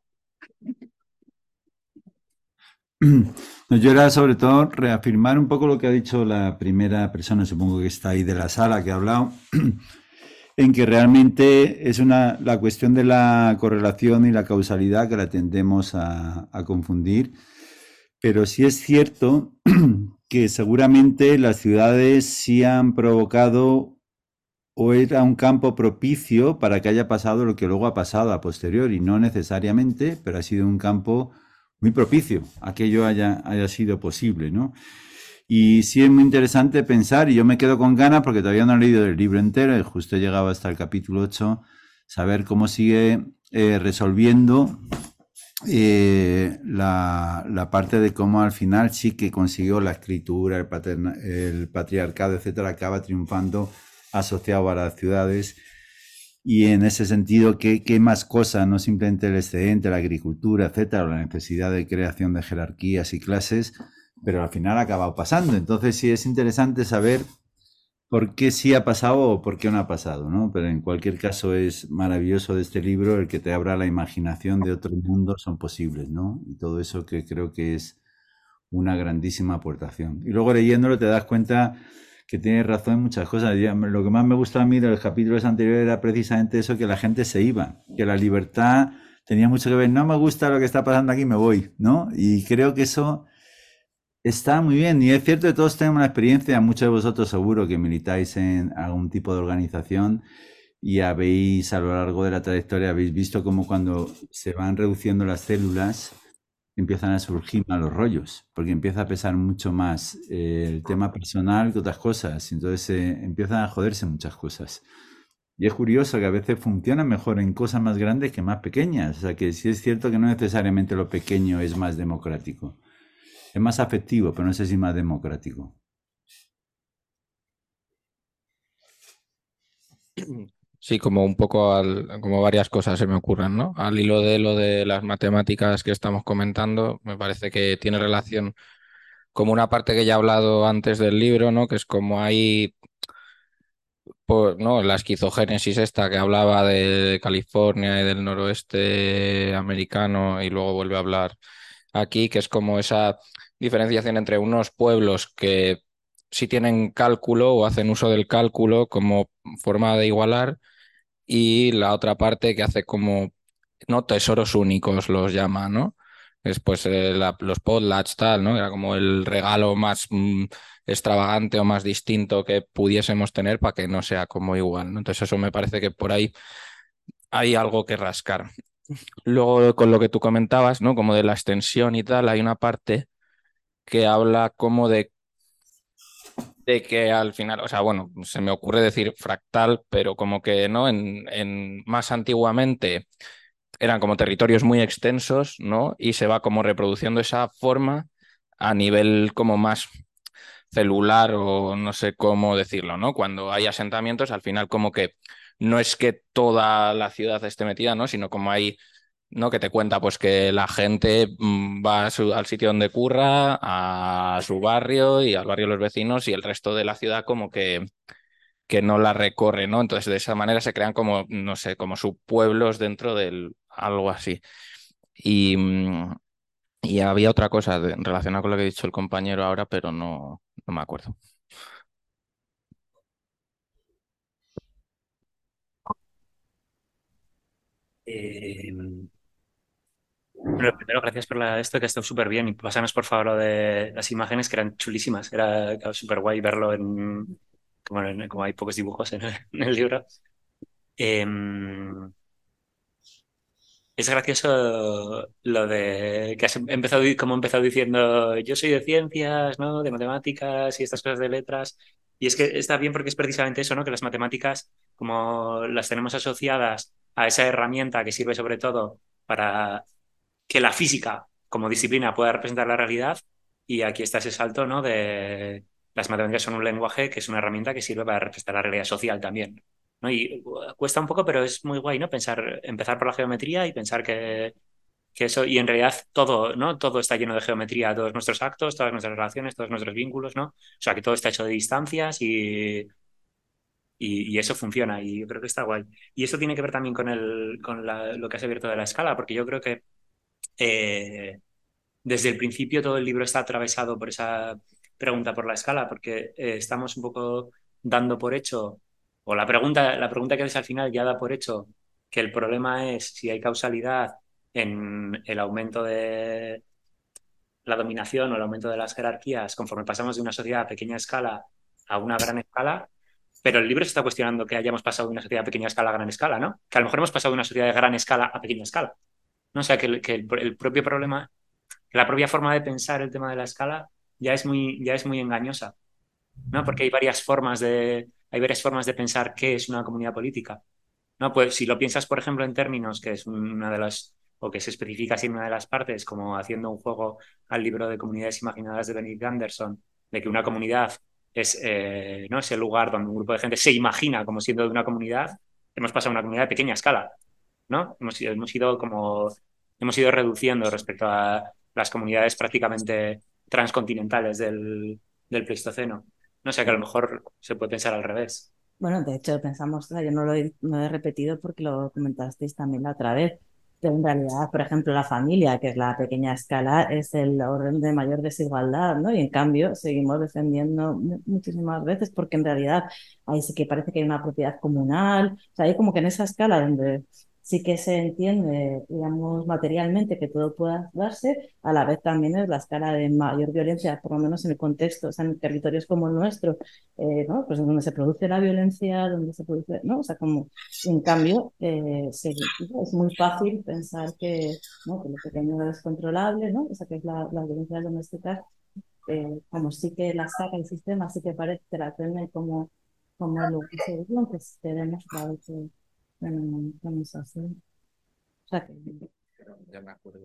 Yo era sobre todo reafirmar un poco lo que ha dicho la primera persona, supongo que está ahí de la sala, que ha hablado, en que realmente es la cuestión de la correlación y la causalidad que la tendemos a confundir, pero sí es cierto que seguramente las ciudades sí han provocado o era un campo propicio para que haya pasado lo que luego ha pasado a posteriori, no necesariamente, pero ha sido un campo muy propicio a que ello haya sido posible, ¿no? Y sí es muy interesante pensar, y yo me quedo con ganas porque todavía no he leído el libro entero, justo he llegado hasta el capítulo 8, saber cómo sigue resolviendo la parte de cómo al final sí que consiguió la escritura, el patriarcado, etcétera, acaba triunfando asociado a las ciudades. Y en ese sentido, ¿qué más cosas? No simplemente el excedente, la agricultura, etcétera, o la necesidad de creación de jerarquías y clases, pero al final ha acabado pasando. Entonces sí es interesante saber por qué sí ha pasado o por qué no ha pasado, ¿no? Pero en cualquier caso es maravilloso de este libro el que te abra la imaginación de otros mundos son posibles, ¿no? Y todo eso que creo que es una grandísima aportación. Y luego leyéndolo te das cuenta que tienes razón en muchas cosas. Lo que más me gusta a mí de los capítulos anteriores era precisamente eso, que la gente se iba, que la libertad tenía mucho que ver. No me gusta lo que está pasando aquí, me voy, ¿no? Y creo que eso está muy bien. Y es cierto que todos tenemos una experiencia, muchos de vosotros seguro que militáis en algún tipo de organización y habéis a lo largo de la trayectoria, habéis visto cómo cuando se van reduciendo las células, empiezan a surgir malos rollos, porque empieza a pesar mucho más el tema personal que otras cosas, entonces empiezan a joderse muchas cosas. Y es curioso que a veces funcionan mejor en cosas más grandes que más pequeñas, o sea que sí es cierto que no necesariamente lo pequeño es más democrático, es más afectivo, pero no sé si más democrático. Sí, como un poco como varias cosas se me ocurren, ¿no? Al hilo de lo de las matemáticas que estamos comentando, me parece que tiene relación como una parte que ya he hablado antes del libro, ¿no? Que es como hay, pues, ¿no? La esquizogénesis esta que hablaba de California y del noroeste americano y luego vuelve a hablar aquí, que es como esa diferenciación entre unos pueblos que sí tienen cálculo o hacen uso del cálculo como forma de igualar y la otra parte que hace como, ¿no? Tesoros únicos los llama, ¿no? Después los potlatch, tal, ¿no? Era como el regalo más extravagante o más distinto que pudiésemos tener para que no sea como igual, ¿no? Entonces eso me parece que por ahí hay algo que rascar. Luego con lo que tú comentabas, ¿no? Como de la extensión y tal, hay una parte que habla como de que al final, o sea, bueno, se me ocurre decir fractal, pero como que, ¿no? En más antiguamente eran como territorios muy extensos, ¿no? Y se va como reproduciendo esa forma a nivel como más celular o no sé cómo decirlo, ¿no? Cuando hay asentamientos, al final como que no es que toda la ciudad esté metida, ¿no? Sino como hay, ¿no? Que te cuenta pues que la gente va al sitio donde curra, a su barrio y al barrio de los vecinos y el resto de la ciudad como que no la recorre, ¿no? Entonces de esa manera se crean como, no sé, como subpueblos dentro del algo así. Y había otra cosa relacionada con lo que ha dicho el compañero ahora, pero no me acuerdo. Bueno, primero, gracias por esto, que ha estado súper bien. Y pásanos, por favor, lo de las imágenes, que eran chulísimas. Era súper guay verlo como hay pocos dibujos en el libro. Em, es gracioso lo de que has empezado, como he empezado diciendo, yo soy de ciencias, ¿no? De matemáticas y estas cosas de letras. Y es que está bien porque es precisamente eso, ¿no? Que las matemáticas, como las tenemos asociadas a esa herramienta que sirve sobre todo para que la física como disciplina pueda representar la realidad, y aquí está ese salto, ¿no? De las matemáticas son un lenguaje que es una herramienta que sirve para representar la realidad social también, ¿no? Y cuesta un poco, pero es muy guay, ¿no? Empezar por la geometría y pensar que eso, y en realidad todo, ¿no? Todo está lleno de geometría, todos nuestros actos, todas nuestras relaciones, todos nuestros vínculos, ¿no? O sea, que todo está hecho de distancias y eso funciona y yo creo que está guay. Y eso tiene que ver también lo que has abierto de la escala, porque yo creo que eh, desde el principio todo el libro está atravesado por esa pregunta por la escala, porque estamos un poco dando por hecho, o la pregunta que haces al final ya da por hecho que el problema es si hay causalidad en el aumento de la dominación o el aumento de las jerarquías conforme pasamos de una sociedad a pequeña escala a una gran escala, pero el libro se está cuestionando que hayamos pasado de una sociedad a pequeña escala a gran escala, ¿no? Que a lo mejor hemos pasado de una sociedad de gran escala a pequeña escala, ¿no? O sea, que el propio problema, que la propia forma de pensar el tema de la escala ya es muy engañosa, ¿no? Porque hay varias formas de pensar qué es una comunidad política, ¿no? Pues si lo piensas, por ejemplo, en términos que es una de las, o que se especifica así en una de las partes, como haciendo un juego al libro de Comunidades Imaginadas de Benedict Anderson, de que una comunidad ¿no? Es el lugar donde un grupo de gente se imagina como siendo de una comunidad, hemos pasado a una comunidad de pequeña escala, ¿no? Hemos ido reduciendo respecto a las comunidades prácticamente transcontinentales del Pleistoceno. No sé, que a lo mejor se puede pensar al revés. Bueno, de hecho, pensamos, o sea, yo no he repetido porque lo comentasteis también la otra vez, pero en realidad, por ejemplo, la familia, que es la pequeña escala, es el orden de mayor desigualdad, ¿no? Y en cambio, seguimos defendiendo muchísimas veces porque en realidad ahí sí que parece que hay una propiedad comunal, o sea, hay como que en esa escala donde sí que se entiende, digamos, materialmente que todo pueda darse, a la vez también es la escala de mayor violencia, por lo menos en el contexto, o sea, en territorios como el nuestro, ¿no? Pues donde se produce la violencia, donde se produce, ¿no? O sea, como, en cambio, es muy fácil pensar que, ¿no? Que lo pequeño es controlable, ¿no? O sea, que es la violencia doméstica, como sí que la saca el sistema, sí que parece que la tiene como lo que se dice, aunque se demostrado que no es así. O sea, que... Ya me acuerdo.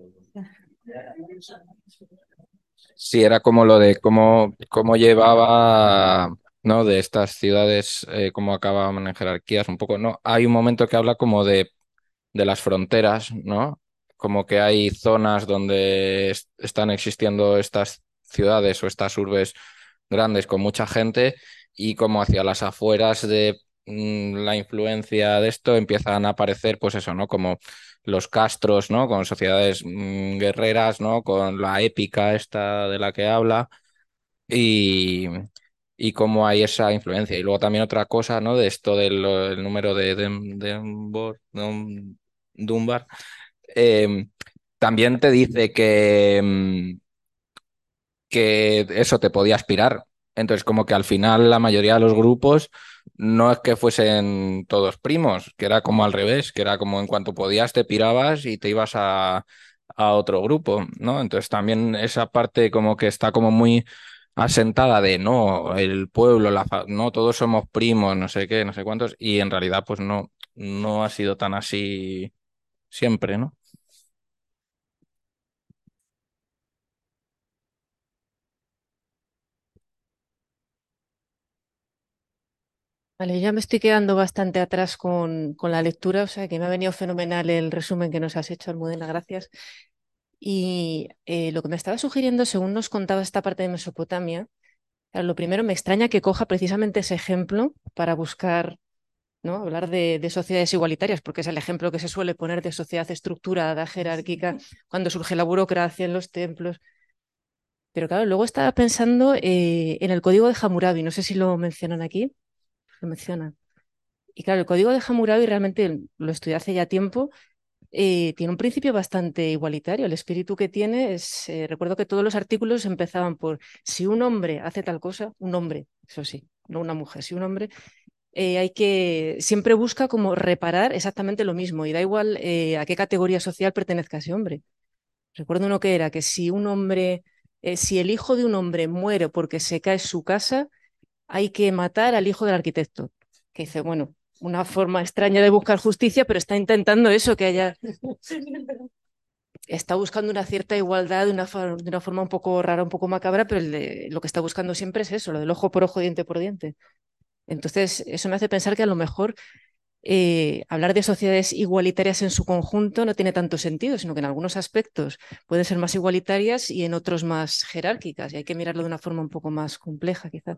Sí, era como lo de cómo llevaba, ¿no? De estas ciudades, cómo acababan en jerarquías, un poco, ¿no? Hay un momento que habla como de las fronteras, ¿no? Como que hay zonas donde están existiendo estas ciudades o estas urbes grandes con mucha gente y como hacia las afueras de la influencia de esto empiezan a aparecer, pues eso, ¿no? Como los castros, ¿no? Con sociedades guerreras, ¿no? Con la épica esta de la que habla y, y cómo hay esa influencia. Y luego también otra cosa, ¿no? De esto del el número de Dunbar, eh, también te dice que eso te podía aspirar. Entonces, como que al final la mayoría de los grupos no es que fuesen todos primos, que era como al revés, que era como en cuanto podías te pirabas y te ibas a otro grupo, ¿no? Entonces también esa parte como que está como muy asentada de no, el pueblo, no, todos somos primos, no sé qué, no sé cuántos, y en realidad pues no ha sido tan así siempre, ¿no? Vale, ya me estoy quedando bastante atrás con la lectura, o sea que me ha venido fenomenal el resumen que nos has hecho, Almudena, gracias. Y lo que me estaba sugiriendo, según nos contaba esta parte de Mesopotamia, claro, lo primero me extraña que coja precisamente ese ejemplo para buscar, ¿no? Hablar de sociedades igualitarias, porque es el ejemplo que se suele poner de sociedad estructurada, jerárquica, cuando surge la burocracia en los templos. Pero claro, luego estaba pensando en el código de Hammurabi, no sé si lo mencionan aquí, lo mencionan. Y claro, el código de Hammurabi realmente lo estudié hace ya tiempo, tiene un principio bastante igualitario. El espíritu que tiene es, recuerdo que todos los artículos empezaban por, si un hombre hace tal cosa, un hombre, eso sí, no una mujer, si un hombre, siempre busca como reparar exactamente lo mismo y da igual a qué categoría social pertenezca ese hombre. Recuerdo uno que era que si un hombre, si el hijo de un hombre muere porque se cae su casa, hay que matar al hijo del arquitecto. Que dice, bueno, una forma extraña de buscar justicia, pero está intentando eso, que haya... Está buscando una cierta igualdad de una forma un poco rara, un poco macabra, pero lo que está buscando siempre es eso, lo del ojo por ojo, diente por diente. Entonces, eso me hace pensar que a lo mejor hablar de sociedades igualitarias en su conjunto no tiene tanto sentido, sino que en algunos aspectos pueden ser más igualitarias y en otros más jerárquicas, y hay que mirarlo de una forma un poco más compleja, quizás.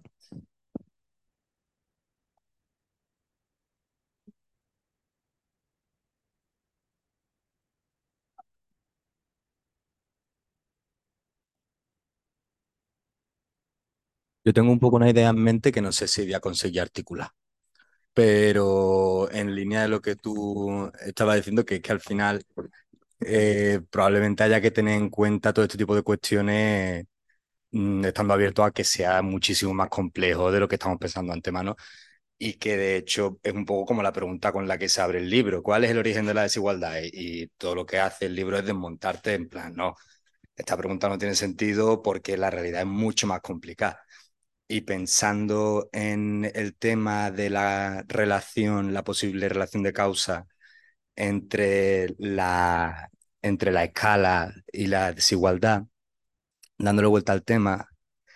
Yo tengo un poco una idea en mente que no sé si voy a conseguir articular, pero en línea de lo que tú estabas diciendo, que es que al final probablemente haya que tener en cuenta todo este tipo de cuestiones, estando abierto a que sea muchísimo más complejo de lo que estamos pensando antemano, y que de hecho es un poco como la pregunta con la que se abre el libro: ¿cuál es el origen de la desigualdad? Y todo lo que hace el libro es desmontarte en plan, no, esta pregunta no tiene sentido porque la realidad es mucho más complicada. Y pensando en el tema de la relación, la posible relación de causa entre entre la escala y la desigualdad, dándole vuelta al tema,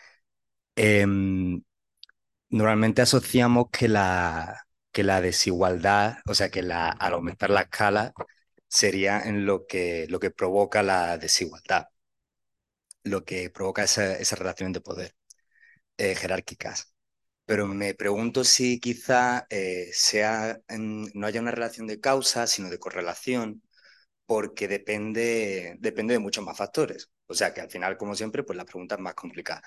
normalmente asociamos que la desigualdad, o sea, que al aumentar la escala sería en lo que provoca la desigualdad, lo que provoca esa relación de poder jerárquicas. Pero me pregunto si quizá no haya una relación de causa, sino de correlación, porque depende de muchos más factores. O sea que al final, como siempre, pues la pregunta es más complicada.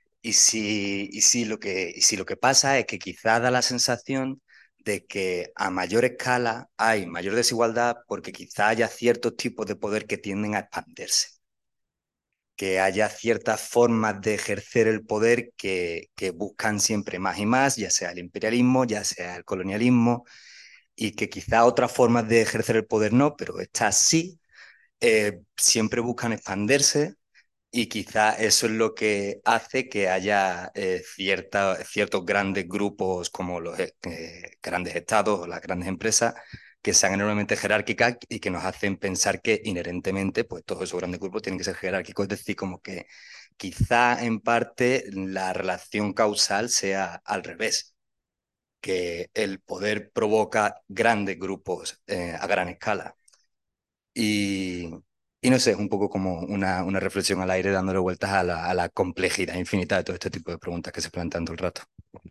Y si lo que pasa es que quizá da la sensación de que a mayor escala hay mayor desigualdad porque quizá haya ciertos tipos de poder que tienden a expandirse, que haya ciertas formas de ejercer el poder que buscan siempre más y más, ya sea el imperialismo, ya sea el colonialismo, y que quizá otras formas de ejercer el poder no, pero estas sí, siempre buscan expandirse, y quizá eso es lo que hace que haya ciertos grandes grupos como los grandes estados o las grandes empresas que sean enormemente jerárquicas y que nos hacen pensar que inherentemente pues todos esos grandes grupos tienen que ser jerárquicos. Es decir, como que quizá en parte la relación causal sea al revés, que el poder provoca grandes grupos a gran escala. Y, y no sé, es un poco como una reflexión al aire dándole vueltas a la complejidad infinita de todo este tipo de preguntas que se plantean todo el rato.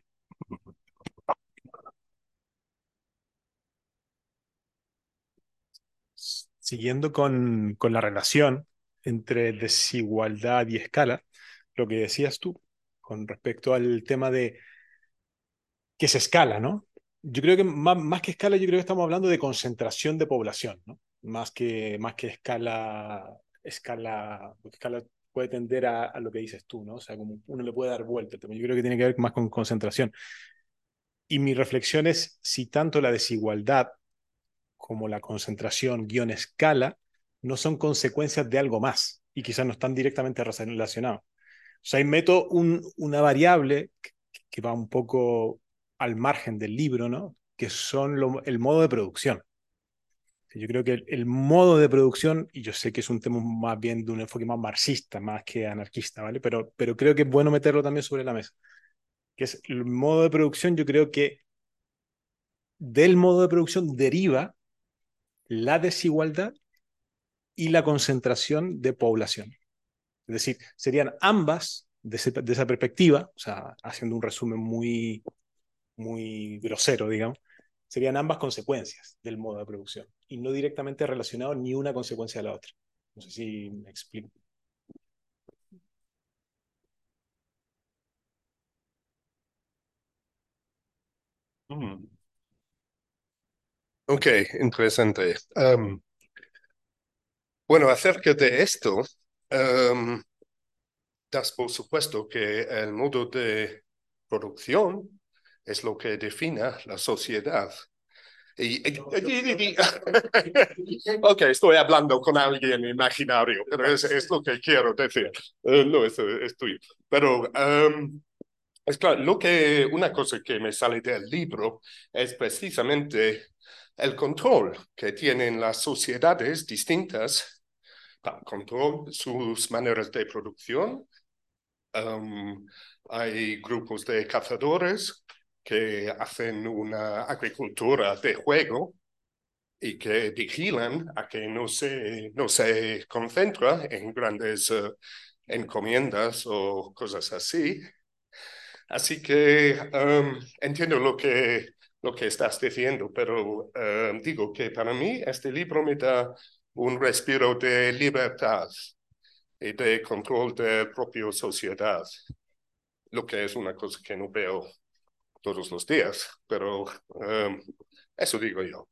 Siguiendo con la relación entre desigualdad y escala, lo que decías tú con respecto al tema de que se escala, ¿no? Yo creo que más que escala, yo creo que estamos hablando de concentración de población, ¿no? Más que escala puede tender a lo que dices tú, ¿no? O sea, como uno le puede dar vuelta, pero yo creo que tiene que ver más con concentración. Y mi reflexión es si tanto la desigualdad como la concentración guión escala no son consecuencias de algo más y quizás no están directamente relacionados. O sea, ahí meto una variable que va un poco al margen del libro, ¿no? Que son el modo de producción. Yo creo que el modo de producción, y yo sé que es un tema más bien de un enfoque más marxista, más que anarquista, ¿vale? Pero creo que es bueno meterlo también sobre la mesa. Que es el modo de producción, yo creo que del modo de producción deriva la desigualdad y la concentración de población. Es decir, serían ambas, de esa perspectiva, o sea, haciendo un resumen muy grosero, digamos, serían ambas consecuencias del modo de producción y no directamente relacionados ni una consecuencia a la otra. No sé si me explico. Ok, interesante. Bueno, acerca de esto, das por supuesto que el modo de producción es lo que define la sociedad. Ok, estoy hablando con alguien imaginario, pero es lo que quiero decir. No, es tuyo. Pero Es claro, una cosa que me sale del libro es precisamente el control que tienen las sociedades distintas, control sus maneras de producción. Hay grupos de cazadores que hacen una agricultura de juego y que vigilan a que no se concentra en grandes encomiendas o cosas así. Así que entiendo lo que estás diciendo, pero digo que para mí este libro me da un respiro de libertad y de control de la propia sociedad, lo que es una cosa que no veo todos los días, pero eso digo yo.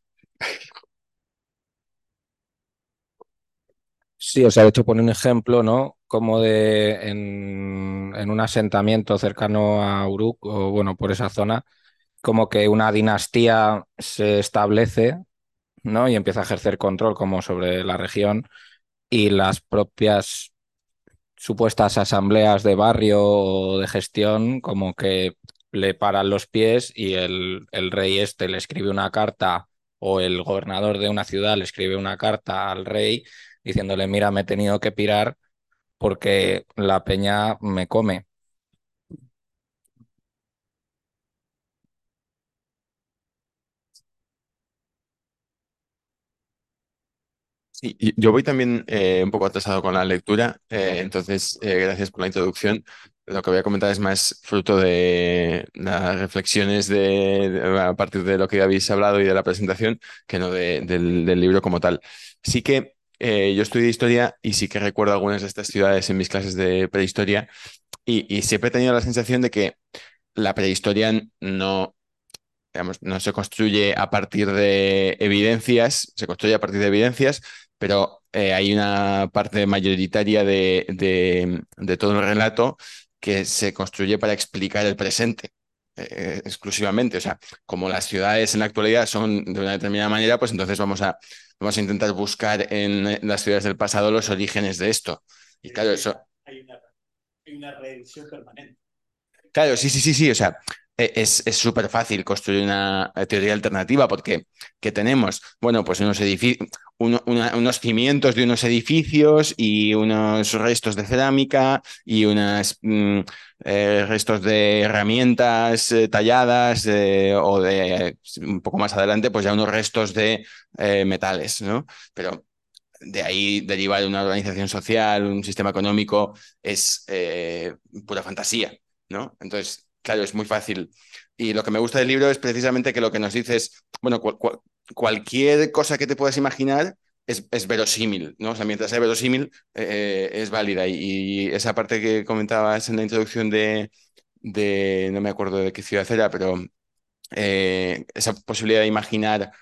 Sí, o sea, de hecho pone un ejemplo, ¿no? Como en un asentamiento cercano a Uruk, o bueno, por esa zona, como que una dinastía se establece, ¿no? Y empieza a ejercer control como sobre la región y las propias supuestas asambleas de barrio o de gestión como que le paran los pies y el rey este le escribe una carta o el gobernador de una ciudad le escribe una carta al rey diciéndole, mira, me he tenido que pirar porque la peña me come. Sí, y yo voy también un poco atrasado con la lectura, entonces gracias por la introducción. Lo que voy a comentar es más fruto de las reflexiones a partir de lo que habéis hablado y de la presentación, que no del libro como tal. Sí que yo estudié historia y sí que recuerdo algunas de estas ciudades en mis clases de prehistoria y siempre he tenido la sensación de que la prehistoria no, digamos, no se construye a partir de evidencias, se construye a partir de evidencias, pero hay una parte mayoritaria de todo el relato que se construye para explicar el presente. Exclusivamente, o sea, como las ciudades en la actualidad son de una determinada manera, pues entonces vamos a intentar buscar en las ciudades del pasado los orígenes de esto. Y claro, eso, Hay una reedición permanente. claro, sí, sí, sí, sí. O sea, es súper fácil construir una teoría alternativa porque ¿qué tenemos? Bueno, pues unos cimientos de unos edificios y unos restos de cerámica y unos restos de herramientas talladas o de un poco más adelante, pues ya unos restos de metales, ¿no? Pero de ahí derivar una organización social, un sistema económico, es pura fantasía, ¿no? Entonces, claro, es muy fácil. Y lo que me gusta del libro es precisamente que lo que nos dice es, bueno, cualquier cosa que te puedas imaginar es verosímil, ¿no? O sea, mientras sea verosímil, es válida. Y esa parte que comentabas en la introducción no me acuerdo de qué ciudad era, pero esa posibilidad de imaginar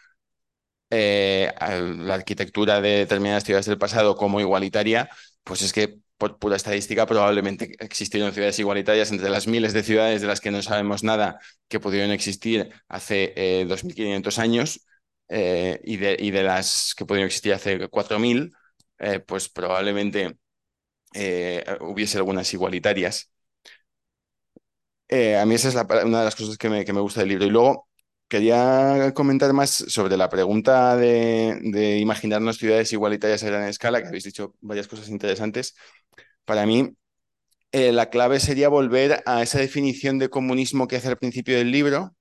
la arquitectura de determinadas ciudades del pasado como igualitaria, pues es que por pura estadística probablemente existieron ciudades igualitarias entre las miles de ciudades de las que no sabemos nada que pudieron existir hace 2.500 años y de las que pudieron existir hace 4.000, pues probablemente hubiese algunas igualitarias. A mí esa es una de las cosas que me gusta del libro. Y luego quería comentar más sobre la pregunta de imaginarnos ciudades igualitarias a gran escala, que habéis dicho varias cosas interesantes. Para mí, la clave sería volver a esa definición de comunismo que hace al principio del libro,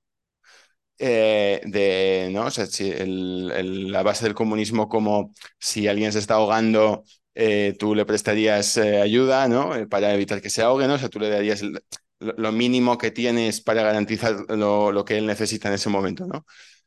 ¿no? O sea, si la base del comunismo como si alguien se está ahogando, tú le prestarías ayuda, ¿no? Para evitar que se ahogue, ¿no? O sea, tú le darías lo mínimo que tienes para garantizar lo que él necesita en ese momento, ¿no?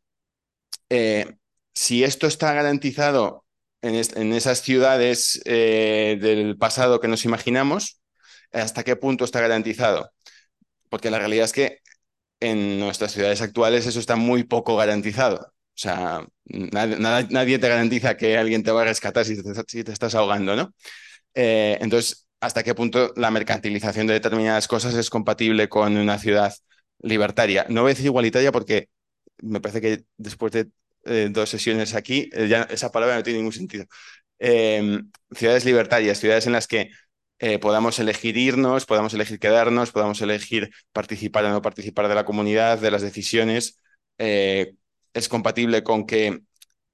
Si esto está garantizado en esas ciudades del pasado que nos imaginamos, ¿hasta qué punto está garantizado? Porque la realidad es que en nuestras ciudades actuales eso está muy poco garantizado. O sea, nadie te garantiza que alguien te va a rescatar si te estás ahogando, ¿no? Entonces, ¿hasta qué punto la mercantilización de determinadas cosas es compatible con una ciudad libertaria? No voy a decir igualitaria porque me parece que después de 2 sesiones aquí, ya esa palabra no tiene ningún sentido. Ciudades libertarias, ciudades en las que podamos elegir irnos, podamos elegir quedarnos, podamos elegir participar o no participar de la comunidad, de las decisiones. Es compatible con que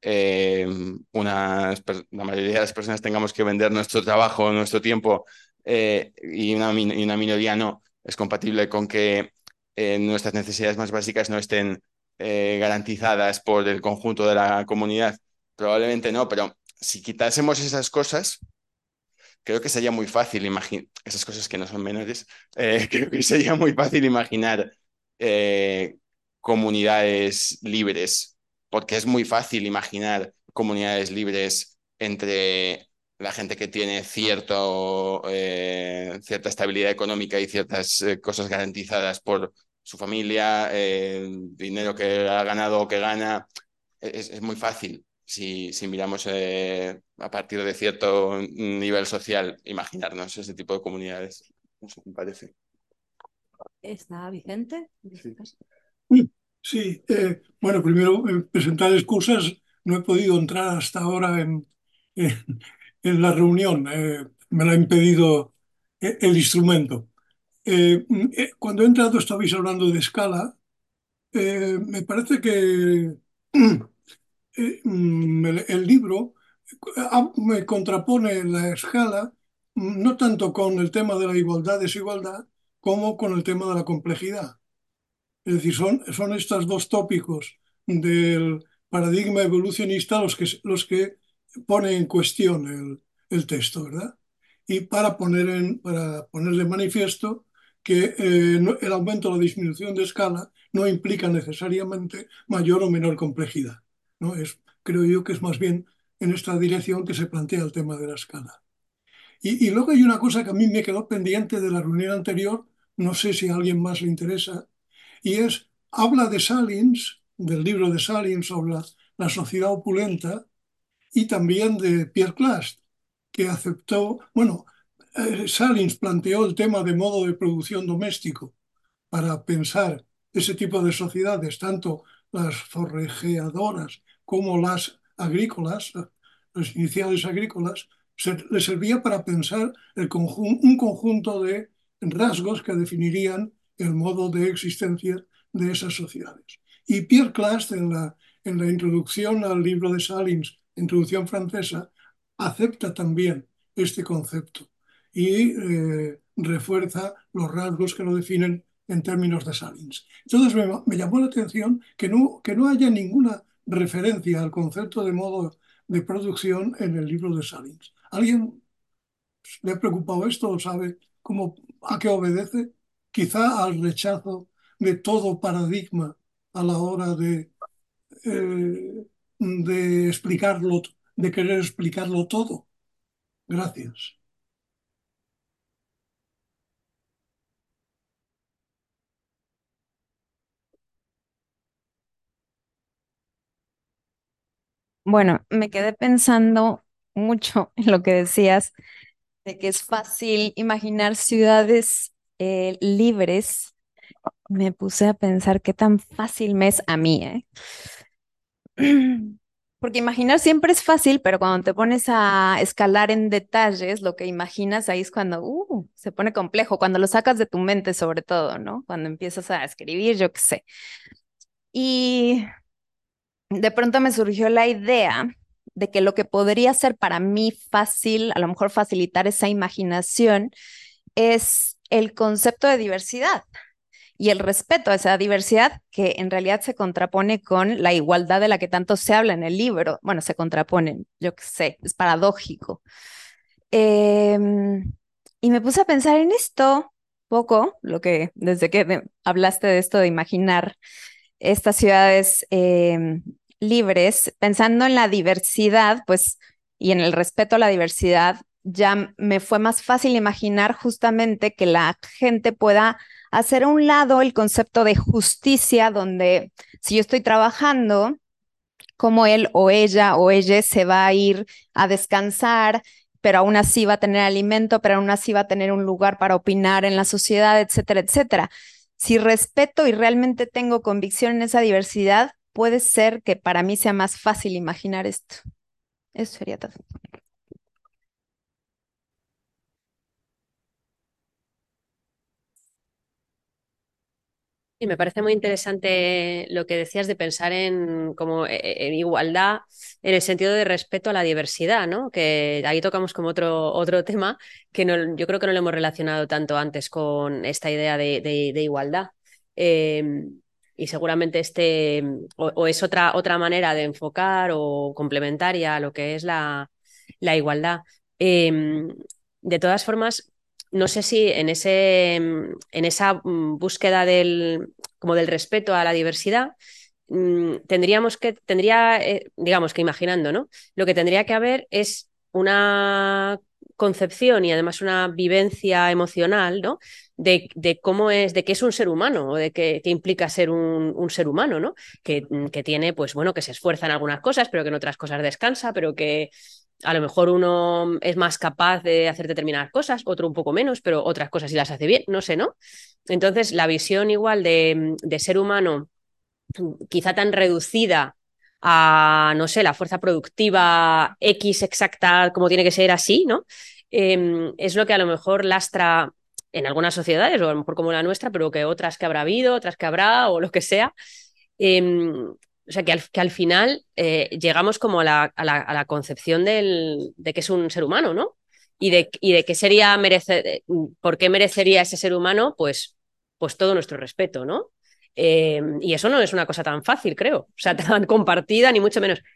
la mayoría de las personas tengamos que vender nuestro trabajo, nuestro tiempo, y una minoría no. Es compatible con que nuestras necesidades más básicas no estén garantizadas por el conjunto de la comunidad. Probablemente no, pero si quitásemos esas cosas, creo que sería muy fácil imaginar, esas cosas que no son menores, creo que sería muy fácil imaginar comunidades libres, porque es muy fácil imaginar comunidades libres entre la gente que tiene cierta estabilidad económica y ciertas cosas garantizadas por su familia, dinero que ha ganado o que gana. Es muy fácil si miramos a partir de cierto nivel social, imaginarnos ese tipo de comunidades. No sé qué me parece. ¿Está Vicente? Sí, bueno, primero presentar excusas. No he podido entrar hasta ahora en la reunión. Me lo ha impedido el instrumento. Cuando he entrado estabais hablando de escala. Me parece que el libro me contrapone la escala no tanto con el tema de la igualdad-desigualdad como con el tema de la complejidad. Es decir, son estos dos tópicos del paradigma evolucionista los que ponen en cuestión el texto, ¿verdad? Y para poner de manifiesto que el aumento o la disminución de escala no implica necesariamente mayor o menor complejidad, ¿no? Creo yo que es más bien en esta dirección que se plantea el tema de la escala. Y luego hay una cosa que a mí me quedó pendiente de la reunión anterior, no sé si a alguien más le interesa, y habla de Salins, del libro de Salins sobre la sociedad opulenta, y también de Pierre Clastres, que aceptó, bueno, Salins planteó el tema de modo de producción doméstico para pensar ese tipo de sociedades, tanto las forrajeadoras como las agrícolas, las iniciales agrícolas, le servía para pensar un conjunto de rasgos que definirían el modo de existencia de esas sociedades. Y Pierre Clastres, en la introducción al libro de Salins, Introducción francesa, acepta también este concepto y refuerza los rasgos que lo definen en términos de Salins. Entonces me llamó la atención que no haya ninguna referencia al concepto de modo de producción en el libro de Salins. ¿Alguien le ha preocupado esto o sabe a qué obedece? Quizá al rechazo de todo paradigma a la hora de explicarlo, de querer explicarlo todo. Gracias. Bueno, me quedé pensando mucho en lo que decías de que es fácil imaginar ciudades libres. Me puse a pensar qué tan fácil me es a mí, ¿eh? Porque imaginar siempre es fácil, pero cuando te pones a escalar en detalles, lo que imaginas ahí es cuando se pone complejo, cuando lo sacas de tu mente sobre todo, ¿no? Cuando empiezas a escribir, yo qué sé. Y de pronto me surgió la idea de que lo que podría ser para mí fácil, a lo mejor facilitar esa imaginación, es el concepto de diversidad y el respeto a esa diversidad que en realidad se contrapone con la igualdad de la que tanto se habla en el libro. Bueno, se contraponen, yo qué sé, es paradójico. Y me puse a pensar en esto poco, desde que hablaste de esto de imaginar estas ciudades libres, pensando en la diversidad, pues, y en el respeto a la diversidad, ya me fue más fácil imaginar justamente que la gente pueda hacer a un lado el concepto de justicia, donde si yo estoy trabajando, como él o ella se va a ir a descansar, pero aún así va a tener alimento, pero aún así va a tener un lugar para opinar en la sociedad, etcétera, etcétera. Si respeto y realmente tengo convicción en esa diversidad, puede ser que para mí sea más fácil imaginar esto. Eso sería todo. Y me parece muy interesante lo que decías de pensar en como en igualdad en el sentido de respeto a la diversidad, ¿no? Que ahí tocamos como otro tema que no, yo creo que no lo hemos relacionado tanto antes con esta idea de igualdad. Eh, y seguramente o es otra manera de enfocar o complementaria a lo que es la igualdad. De todas formas, no sé si en esa búsqueda como del respeto a la diversidad, digamos que imaginando, ¿no? Lo que tendría que haber es una concepción y además una vivencia emocional, ¿no? De cómo de qué es un ser humano o de qué implica ser un ser humano, ¿no? Que tiene, pues bueno, que se esfuerza en algunas cosas, pero que en otras cosas descansa, pero que a lo mejor uno es más capaz de hacer determinadas cosas, otro un poco menos, pero otras cosas sí las hace bien, no sé, ¿no? Entonces, la visión igual de ser humano, quizá tan reducida a, no sé, la fuerza productiva X exacta como tiene que ser así, ¿no? Es lo que a lo mejor lastra en algunas sociedades, o a lo mejor como la nuestra, pero que otras que habrá habido, otras que habrá, o lo que sea. O sea, que al final llegamos como a la concepción de que es un ser humano, ¿no? Y de qué sería por qué merecería ese ser humano, pues todo nuestro respeto, ¿no? Y eso no es una cosa tan fácil, creo, o sea, tan compartida, ni mucho menos.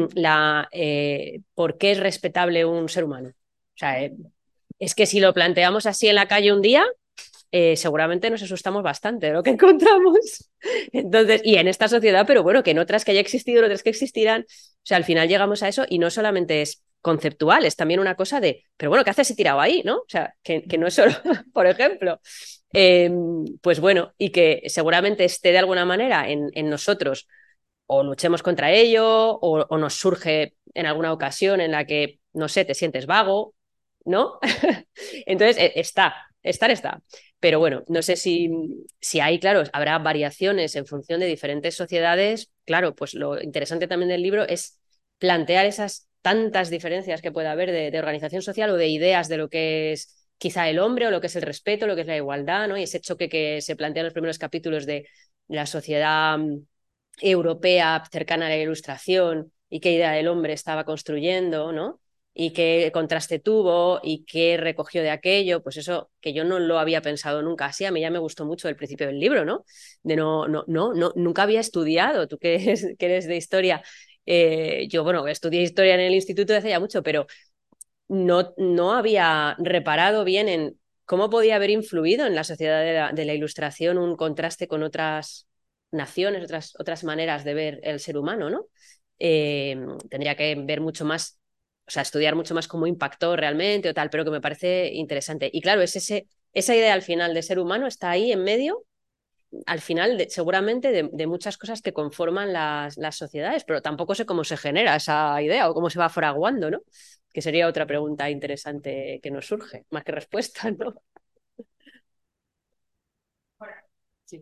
¿Por qué es respetable un ser humano? O sea, es que si lo planteamos así en la calle un día, seguramente nos asustamos bastante de lo que encontramos. Entonces, y en esta sociedad, pero bueno, que en otras que haya existido, en otras que existirán, o sea, al final llegamos a eso y no solamente es conceptual, es también una cosa pero bueno, ¿qué haces si tirado ahí, no? O sea, que no es solo, por ejemplo, pues bueno, y que seguramente esté de alguna manera en nosotros o luchemos contra ello o nos surge en alguna ocasión en la que, no sé, te sientes vago, ¿no? Entonces, está. Pero bueno, no sé si hay, claro, habrá variaciones en función de diferentes sociedades. Claro, pues lo interesante también del libro es plantear esas tantas diferencias que pueda haber de organización social o de ideas de lo que es quizá el hombre o lo que es el respeto, lo que es la igualdad, ¿no? Y ese choque que se plantea en los primeros capítulos de la sociedad europea cercana a la Ilustración y qué idea del hombre estaba construyendo, ¿no? Y qué contraste tuvo y qué recogió de aquello, pues eso que yo no lo había pensado nunca así, a mí ya me gustó mucho el principio del libro, ¿no? De no nunca había estudiado, tú que eres de historia, yo, bueno, estudié historia en el instituto hace ya mucho, pero no había reparado bien en cómo podía haber influido en la sociedad de la Ilustración un contraste con otras naciones, otras maneras de ver el ser humano, ¿no? Tendría que ver mucho más, o sea, estudiar mucho más cómo impactó realmente o tal, pero que me parece interesante. Y claro, esa idea al final de ser humano está ahí en medio, al final, seguramente, de muchas cosas que conforman las sociedades, pero tampoco sé cómo se genera esa idea o cómo se va fraguando, ¿no? Que sería otra pregunta interesante que nos surge, más que respuesta, ¿no? Sí.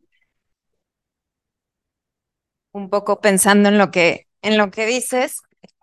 Un poco pensando en lo que dices,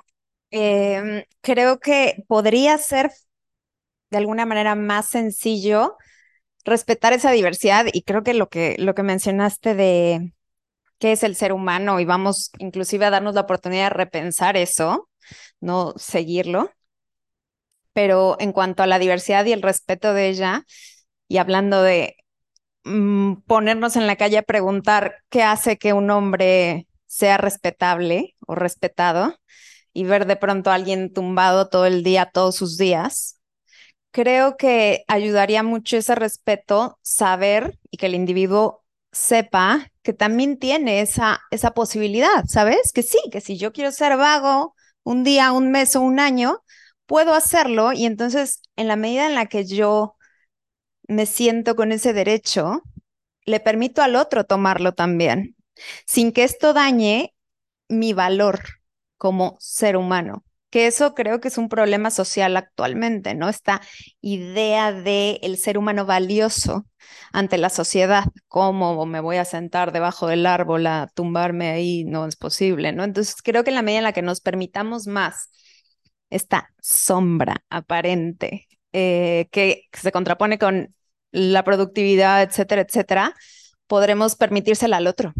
creo que podría ser de alguna manera más sencillo respetar esa diversidad y creo que lo que mencionaste de qué es el ser humano y vamos inclusive a darnos la oportunidad de repensar eso, no seguirlo, pero en cuanto a la diversidad y el respeto de ella y hablando de ponernos en la calle a preguntar qué hace que un hombre sea respetable o respetado y ver de pronto a alguien tumbado todo el día, todos sus días. Creo que ayudaría mucho ese respeto, saber y que el individuo sepa que también tiene esa posibilidad, ¿sabes? Que sí, que si yo quiero ser vago un día, un mes o un año, puedo hacerlo y entonces en la medida en la que yo me siento con ese derecho, le permito al otro tomarlo también, sin que esto dañe mi valor como ser humano, que eso creo que es un problema social actualmente, ¿no? Esta idea de el ser humano valioso ante la sociedad, cómo me voy a sentar debajo del árbol a tumbarme ahí, no es posible, ¿no? Entonces creo que en la medida en la que nos permitamos más esta sombra aparente que se contrapone con la productividad, etcétera, etcétera, podremos permitírsela al otro.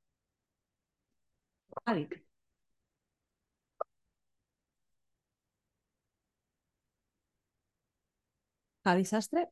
Javi Sastre.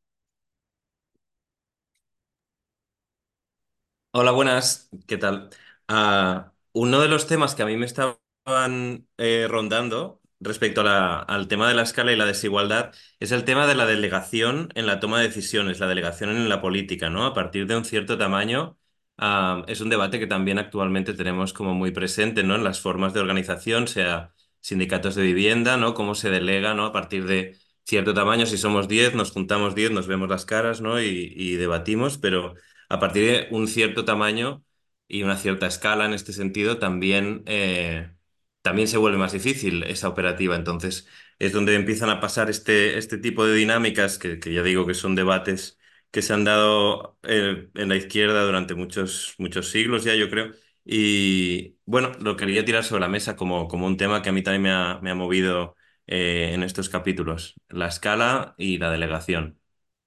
Hola, buenas, ¿qué tal? Uno de los temas que a mí me estaban rondando respecto a al tema de la escala y la desigualdad es el tema de la delegación en la toma de decisiones, la delegación en la política, ¿no? A partir de un cierto tamaño, es un debate que también actualmente tenemos como muy presente, ¿no? En las formas de organización, sea sindicatos de vivienda, ¿no? Cómo se delega, ¿no? A partir de cierto tamaño, si somos 10, nos juntamos 10, nos vemos las caras, ¿no? Y debatimos, pero a partir de un cierto tamaño y una cierta escala en este sentido, también se vuelve más difícil esa operativa. Entonces, es donde empiezan a pasar este tipo de dinámicas que ya digo que son debates que se han dado en la izquierda durante muchos siglos ya, yo creo. Y bueno, lo quería tirar sobre la mesa como un tema que a mí también me ha movido en estos capítulos, la escala y la delegación.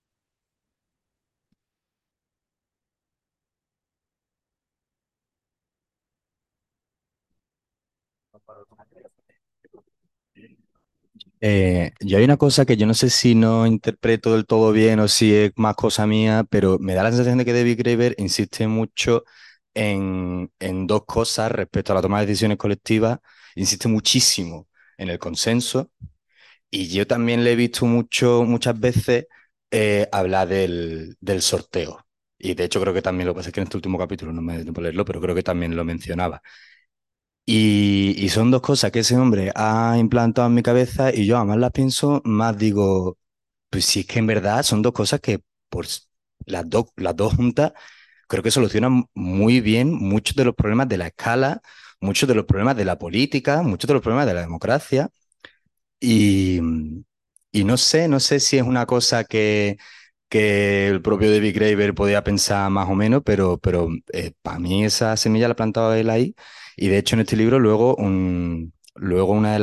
Yo hay una cosa que yo no sé si no interpreto del todo bien o si es más cosa mía, pero me da la sensación de que David Graeber insiste mucho en dos cosas respecto a la toma de decisiones colectivas. Insiste muchísimo en el consenso y yo también le he visto muchas veces hablar del sorteo. Y de hecho creo que también lo que pasa es que en este último capítulo no me dio tiempo a leerlo, pero creo que también lo mencionaba. Y son dos cosas que ese hombre ha implantado en mi cabeza y yo además las pienso más, digo, pues sí es que en verdad son dos cosas que por las dos juntas creo que solucionan muy bien muchos de los problemas de la escala, muchos de los problemas de la política, muchos de los problemas de la democracia. Y, y no sé si es una cosa que el propio David Graeber podía pensar más o menos, pero para mí esa semilla la ha plantado él ahí. Y de hecho en este libro luego una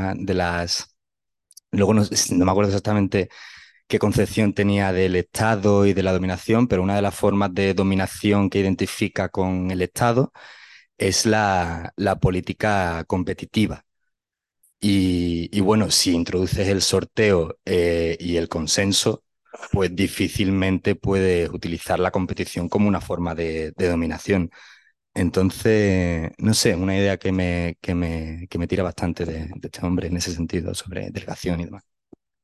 luego no me acuerdo exactamente qué concepción tenía del Estado y de la dominación, pero una de las formas de dominación que identifica con el Estado es la política competitiva. Y bueno, si introduces el sorteo y el consenso, pues difícilmente puedes utilizar la competición como una forma de dominación. Entonces, no sé, una idea que me tira bastante de este hombre en ese sentido, sobre delegación y demás.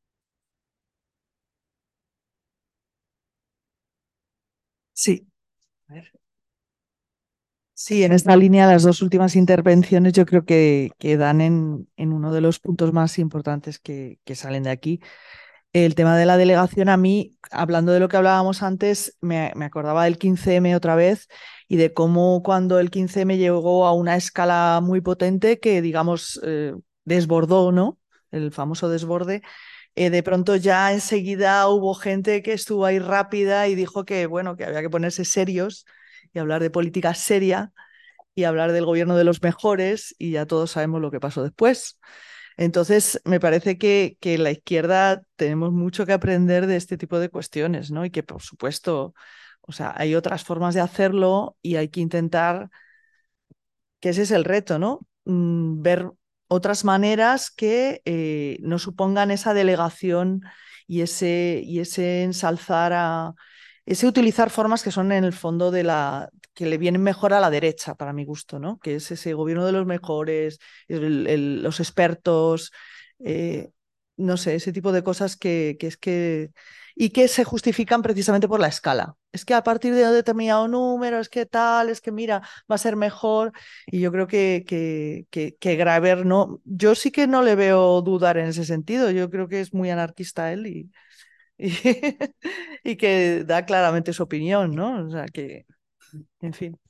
Sí. A ver. Sí, en esta línea las dos últimas intervenciones yo creo que dan en uno de los puntos más importantes que salen de aquí. El tema de la delegación, a mí, hablando de lo que hablábamos antes, me acordaba del 15M otra vez y de cómo cuando el 15M llegó a una escala muy potente que, digamos, desbordó, ¿no? El famoso desborde. De pronto ya enseguida hubo gente que estuvo ahí rápida y dijo que, bueno, que había que ponerse serios y hablar de política seria y hablar del gobierno de los mejores y ya todos sabemos lo que pasó después. Entonces, me parece que la izquierda tenemos mucho que aprender de este tipo de cuestiones, ¿no? Y que, por supuesto, o sea, hay otras formas de hacerlo y hay que intentar, que ese es el reto, ¿no? Ver otras maneras que no supongan esa delegación y ese ensalzar a ese utilizar formas que son en el fondo que le vienen mejor a la derecha, para mi gusto, ¿no? Que es ese gobierno de los mejores, los expertos, eh, no sé, ese tipo de cosas y que se justifican precisamente por la escala. Es que a partir de un determinado número, es que tal, es que mira, va a ser mejor. Y yo creo que Graeber no, yo sí que no le veo dudar en ese sentido. Yo creo que es muy anarquista él y, y que da claramente su opinión, ¿no? O sea que, en fin.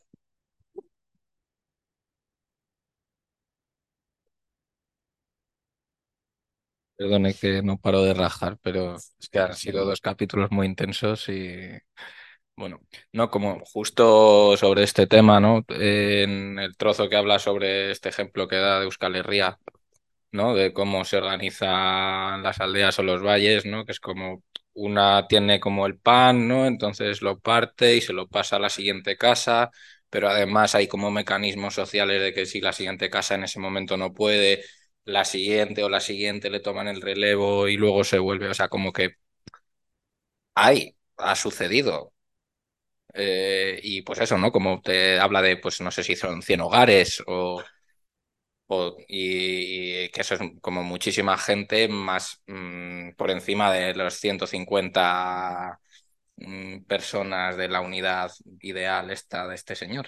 Perdone que no paro de rajar, pero es que han sido dos capítulos muy intensos y bueno, no como justo sobre este tema, ¿no? En el trozo que habla sobre este ejemplo que da de Euskal Herria, ¿no? De cómo se organizan las aldeas o los valles, ¿no? Que es como una tiene como el pan, ¿no? Entonces lo parte y se lo pasa a la siguiente casa, pero además hay como mecanismos sociales de que si la siguiente casa en ese momento no puede, la siguiente o la siguiente le toman el relevo y luego se vuelve, o sea, como que ha sucedido. Y pues eso, ¿no? Como te habla de, pues no sé si son 100 hogares y que eso es como muchísima gente más por encima de los 150 personas de la unidad ideal esta de este señor.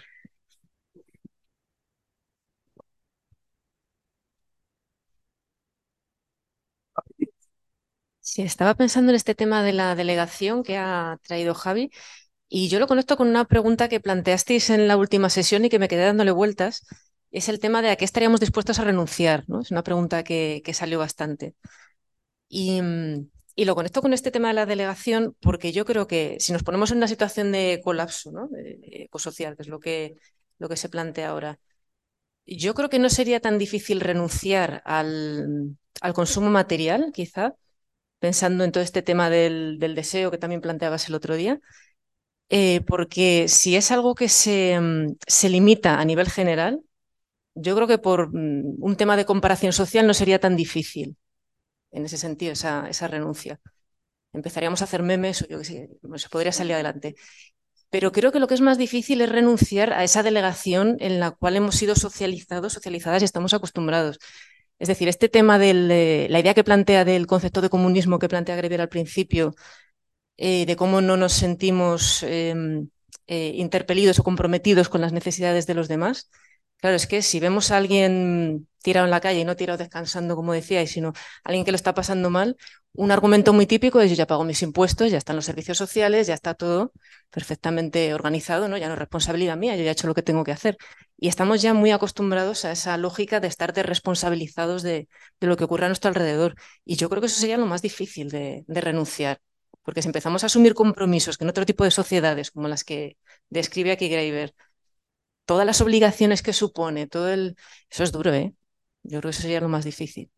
Sí, estaba pensando en este tema de la delegación que ha traído Javi y yo lo conecto con una pregunta que planteasteis en la última sesión y que me quedé dándole vueltas. Es el tema de a qué estaríamos dispuestos a renunciar, ¿no? Es una pregunta que salió bastante. Y lo conecto con este tema de la delegación porque yo creo que si nos ponemos en una situación de colapso, ¿no? Ecosocial, que es lo que se plantea ahora, yo creo que no sería tan difícil renunciar al consumo material, quizá, pensando en todo este tema del deseo que también planteabas el otro día, porque si es algo que se limita a nivel general, yo creo que por un tema de comparación social no sería tan difícil en ese sentido esa renuncia. Empezaríamos a hacer memes o yo qué sé, se podría salir adelante. Pero creo que lo que es más difícil es renunciar a esa delegación en la cual hemos sido socializados, socializadas y estamos acostumbrados. Es decir, este tema de la idea que plantea del concepto de comunismo que plantea Greber al principio, de cómo no nos sentimos interpelidos o comprometidos con las necesidades de los demás. Claro, es que si vemos a alguien tirado en la calle y no tirado descansando, como decíais, sino alguien que lo está pasando mal, un argumento muy típico es yo ya pago mis impuestos, ya están los servicios sociales, ya está todo perfectamente organizado, ¿no? Ya no es responsabilidad mía, yo ya he hecho lo que tengo que hacer. Y estamos ya muy acostumbrados a esa lógica de estar desresponsabilizados de lo que ocurre a nuestro alrededor. Y yo creo que eso sería lo más difícil de renunciar. Porque si empezamos a asumir compromisos que en otro tipo de sociedades, como las que describe aquí Graeber, todas las obligaciones que supone, eso es duro, ¿eh? Yo creo que eso sería lo más difícil.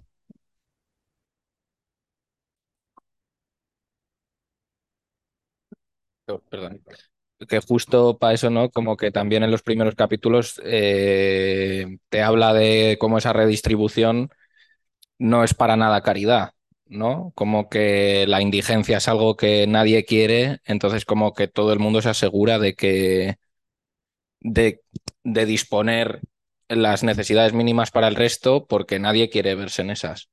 Perdón. Que justo para eso, ¿no? Como que también en los primeros capítulos te habla de cómo esa redistribución no es para nada caridad, ¿no? Como que la indigencia es algo que nadie quiere, entonces como que todo el mundo se asegura de, de disponer las necesidades mínimas para el resto porque nadie quiere verse en esas.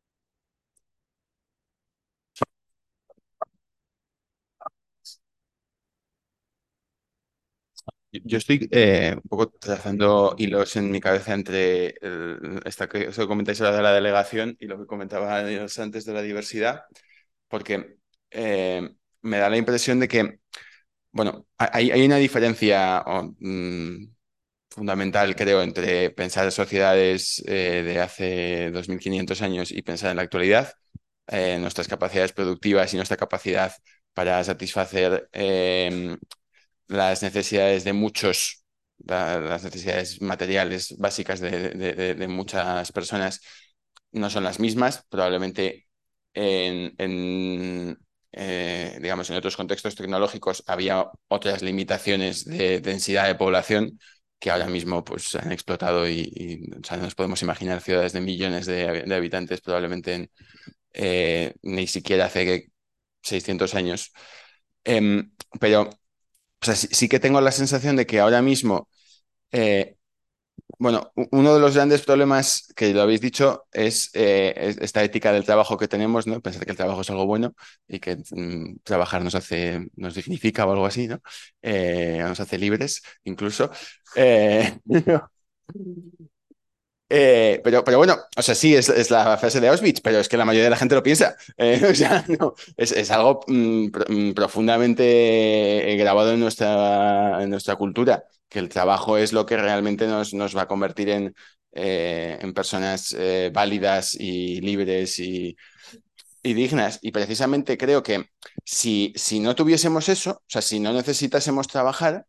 Yo estoy un poco trazando hilos en mi cabeza entre eso que comentáis ahora de la delegación y lo que comentaba antes de la diversidad, porque me da la impresión de que, bueno, hay una diferencia fundamental, creo, entre pensar sociedades de hace 2500 años y pensar en la actualidad, nuestras capacidades productivas y nuestra capacidad para satisfacer las necesidades de muchos, las necesidades materiales básicas de muchas personas no son las mismas. Probablemente digamos, en otros contextos tecnológicos había otras limitaciones de densidad de población que ahora mismo pues, han explotado o sea, nos podemos imaginar ciudades de millones de habitantes probablemente ni siquiera hace 600 años. Pero o sea, sí que tengo la sensación de que ahora mismo, bueno, uno de los grandes problemas, que lo habéis dicho, es esta ética del trabajo que tenemos, ¿no? Pensar que el trabajo es algo bueno y que trabajar nos dignifica o algo así, ¿no? Nos hace libres, incluso. Pero bueno, o sea, sí, es la frase de Auschwitz, pero es que la mayoría de la gente lo piensa. O sea, no, es algo profundamente grabado en nuestra cultura, que el trabajo es lo que realmente nos va a convertir en personas válidas y libres y dignas. Y precisamente creo que si no tuviésemos eso, o sea, si no necesitásemos trabajar,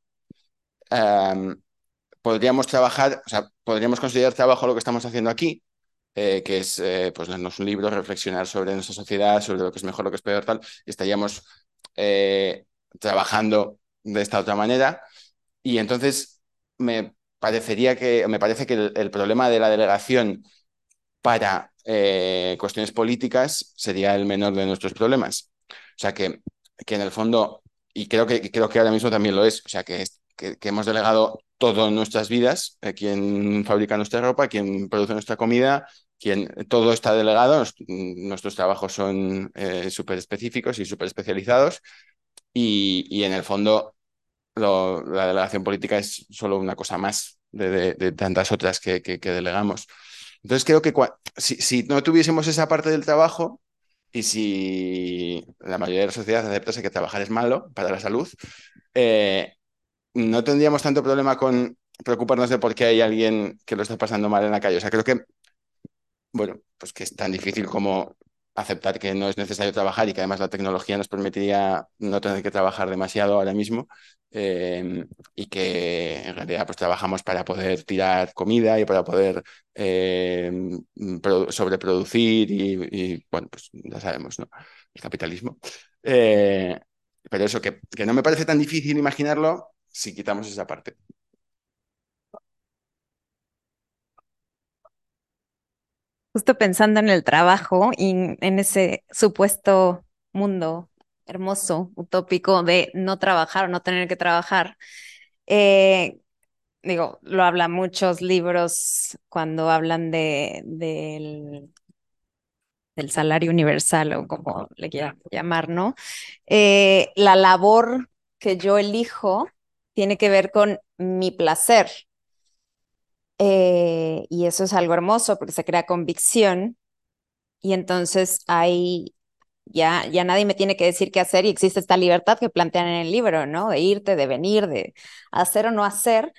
podríamos trabajar, o sea, podríamos considerar trabajo lo que estamos haciendo aquí, que es pues leernos un libro, reflexionar sobre nuestra sociedad, sobre lo que es mejor, lo que es peor, tal, y estaríamos trabajando de esta otra manera. Y entonces me parece que el problema de la delegación para cuestiones políticas sería el menor de nuestros problemas. O sea que en el fondo, y creo que ahora mismo también lo es, o sea que hemos delegado todo en nuestras vidas, quien fabrica nuestra ropa, quien produce nuestra comida, todo está delegado, nuestros trabajos son súper específicos y súper especializados, y en el fondo la delegación política es solo una cosa más de tantas otras que delegamos. Entonces creo que si no tuviésemos esa parte del trabajo y si la mayoría de la sociedad aceptase que trabajar es malo para la salud, eh, no tendríamos tanto problema con preocuparnos de por qué hay alguien que lo está pasando mal en la calle. O sea, creo que, bueno, pues que es tan difícil como aceptar que no es necesario trabajar y que además la tecnología nos permitiría no tener que trabajar demasiado ahora mismo, y que en realidad pues trabajamos para poder tirar comida y para poder sobreproducir bueno, pues ya sabemos, ¿no? El capitalismo. Pero eso, que no me parece tan difícil imaginarlo si quitamos esa parte. Justo pensando en el trabajo y en ese supuesto mundo hermoso, utópico de no trabajar o no tener que trabajar. eh, Digo, lo hablan muchos libros cuando hablan del salario universal o como le quieran llamar, ¿no? La labor que yo elijo tiene que ver con mi placer. Y eso es algo hermoso porque se crea convicción y entonces ahí ya nadie me tiene que decir qué hacer y existe esta libertad que plantean en el libro, ¿no? De irte, de venir, de hacer o no hacer.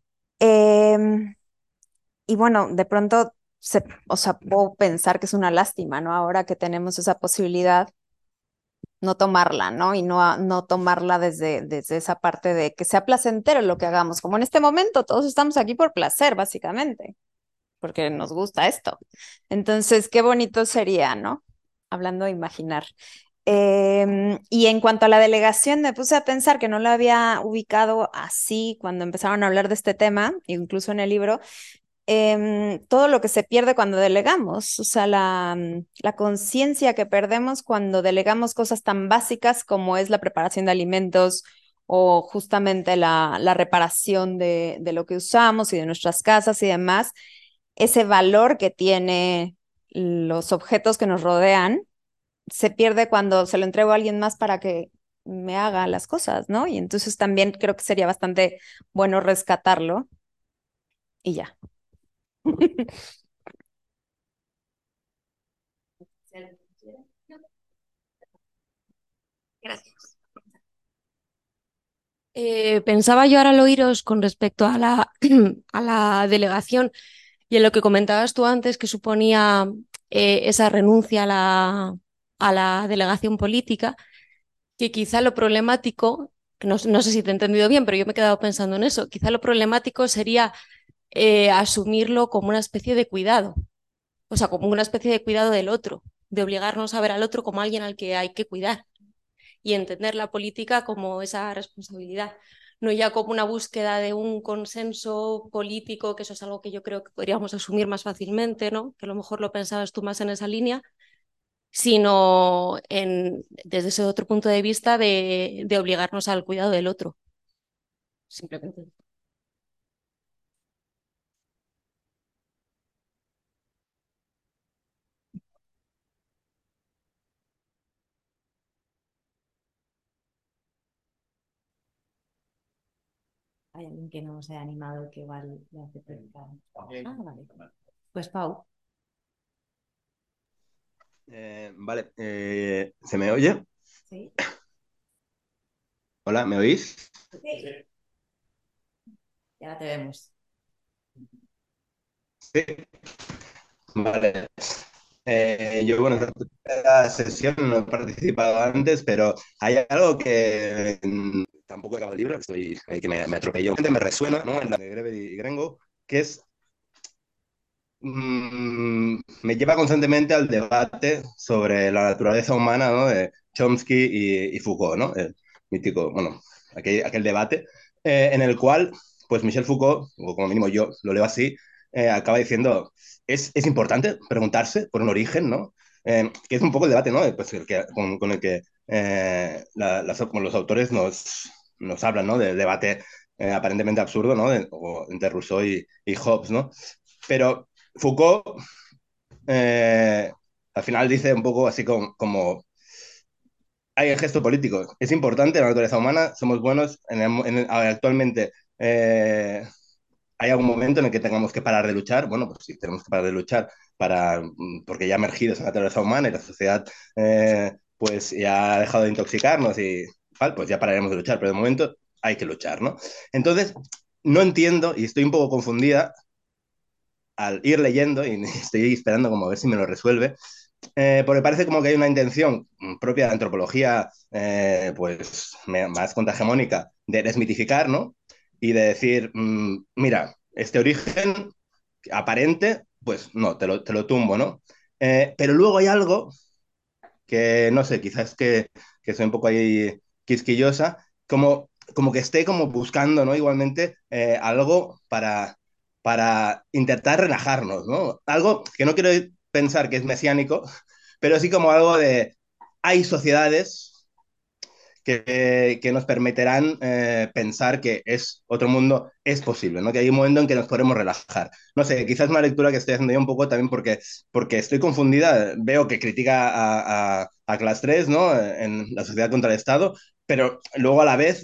Y bueno, de pronto, o sea, puedo pensar que es una lástima, ¿no? Ahora que tenemos esa posibilidad, no tomarla, ¿no? Y no tomarla desde esa parte de que sea placentero lo que hagamos. Como en este momento, todos estamos aquí por placer, básicamente, porque nos gusta esto. Entonces, qué bonito sería, ¿no? Hablando de imaginar. Y en cuanto a la delegación, me puse a pensar que no la había ubicado así cuando empezaron a hablar de este tema, incluso en el libro, todo lo que se pierde cuando delegamos, o sea, la conciencia que perdemos cuando delegamos cosas tan básicas como es la preparación de alimentos o justamente la reparación de lo que usamos y de nuestras casas y demás, ese valor que tiene los objetos que nos rodean se pierde cuando se lo entrego a alguien más para que me haga las cosas, ¿no? Y entonces también creo que sería bastante bueno rescatarlo y ya. Gracias. Pensaba yo ahora al oíros con respecto a a la delegación y en lo que comentabas tú antes, que suponía esa renuncia a la delegación política, que quizá lo problemático, no sé si te he entendido bien, pero yo me he quedado pensando en eso, quizá lo problemático sería asumirlo como una especie de cuidado, o sea, como una especie de cuidado del otro, de obligarnos a ver al otro como alguien al que hay que cuidar y entender la política como esa responsabilidad, no ya como una búsqueda de un consenso político, que eso es algo que yo creo que podríamos asumir más fácilmente, ¿no? Que a lo mejor lo pensabas tú más en esa línea, sino desde ese otro punto de vista de obligarnos al cuidado del otro. Simplemente. Hay alguien que no se ha animado que igual le hace preguntar. Ah, vale. Pues Pau. Vale, ¿se me oye? Sí. Hola, ¿me oís? Sí. Ya te vemos. Sí. Vale. Yo, bueno, en esta sesión no he participado antes, pero hay algo que tampoco he acabado el libro, que me atropelló. Me resuena, ¿no? En la de Greber y Grengo, que es me lleva constantemente al debate sobre la naturaleza humana, ¿no? De Chomsky y Foucault, ¿no? El mítico, bueno, aquel debate en el cual, pues Michel Foucault, o como mínimo yo lo leo así, acaba diciendo, es importante preguntarse por un origen, ¿no? Que es un poco el debate, ¿no? Pues con el que como los autores nos hablan, ¿no? Del debate aparentemente absurdo, ¿no? Entre Rousseau y Hobbes, ¿no? Pero Foucault eh, al final dice un poco así hay el gesto político. Es importante la naturaleza humana, somos buenos. Actualmente hay algún momento en el que tengamos que parar de luchar. Bueno, pues sí, tenemos que parar de luchar porque ya ha emergido esa naturaleza humana y la sociedad pues ya ha dejado de intoxicarnos y pues ya pararemos de luchar, pero de momento hay que luchar, ¿no? Entonces, no entiendo y estoy un poco confundida al ir leyendo, y estoy esperando como a ver si me lo resuelve, porque parece como que hay una intención propia de la antropología pues más contrahegemónica de desmitificar, ¿no? Y de decir, mira, este origen aparente, pues no, te lo tumbo, ¿no? Pero luego hay algo que, no sé, quizás que soy un poco ahí quisquillosa, como que esté como buscando, ¿no? Igualmente algo para intentar relajarnos, ¿no? Algo que no quiero pensar que es mesiánico, pero sí como algo de, hay sociedades que nos permitirán pensar que es otro mundo, es posible, ¿no? Que hay un momento en que nos podemos relajar. No sé, quizás una lectura que estoy haciendo yo un poco también porque estoy confundida, veo que critica a Class 3, ¿no? En la sociedad contra el Estado, pero luego a la vez,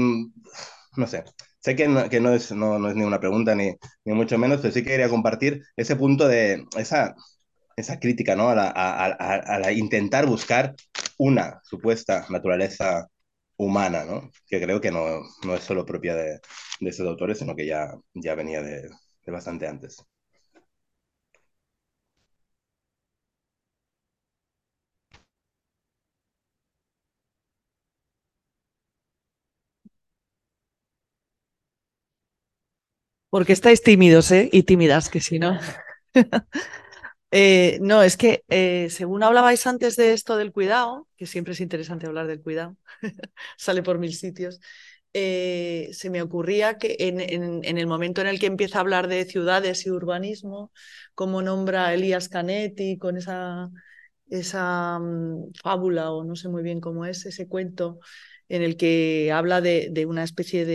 no sé. Sé que no es ni una pregunta ni mucho menos, pero sí que quería compartir ese punto de esa crítica, ¿no? A intentar buscar una supuesta naturaleza humana, ¿no? Que creo que no es solo propia de estos autores, sino que ya venía de bastante antes. Porque estáis tímidos, ¿eh? Y tímidas, que si no. No, es que según hablabais antes de esto del cuidado, que siempre es interesante hablar del cuidado, sale por mil sitios, se me ocurría que en el momento en el que empieza a hablar de ciudades y urbanismo, como nombra Elías Canetti con esa fábula, o no sé muy bien cómo es, ese cuento en el que habla de una especie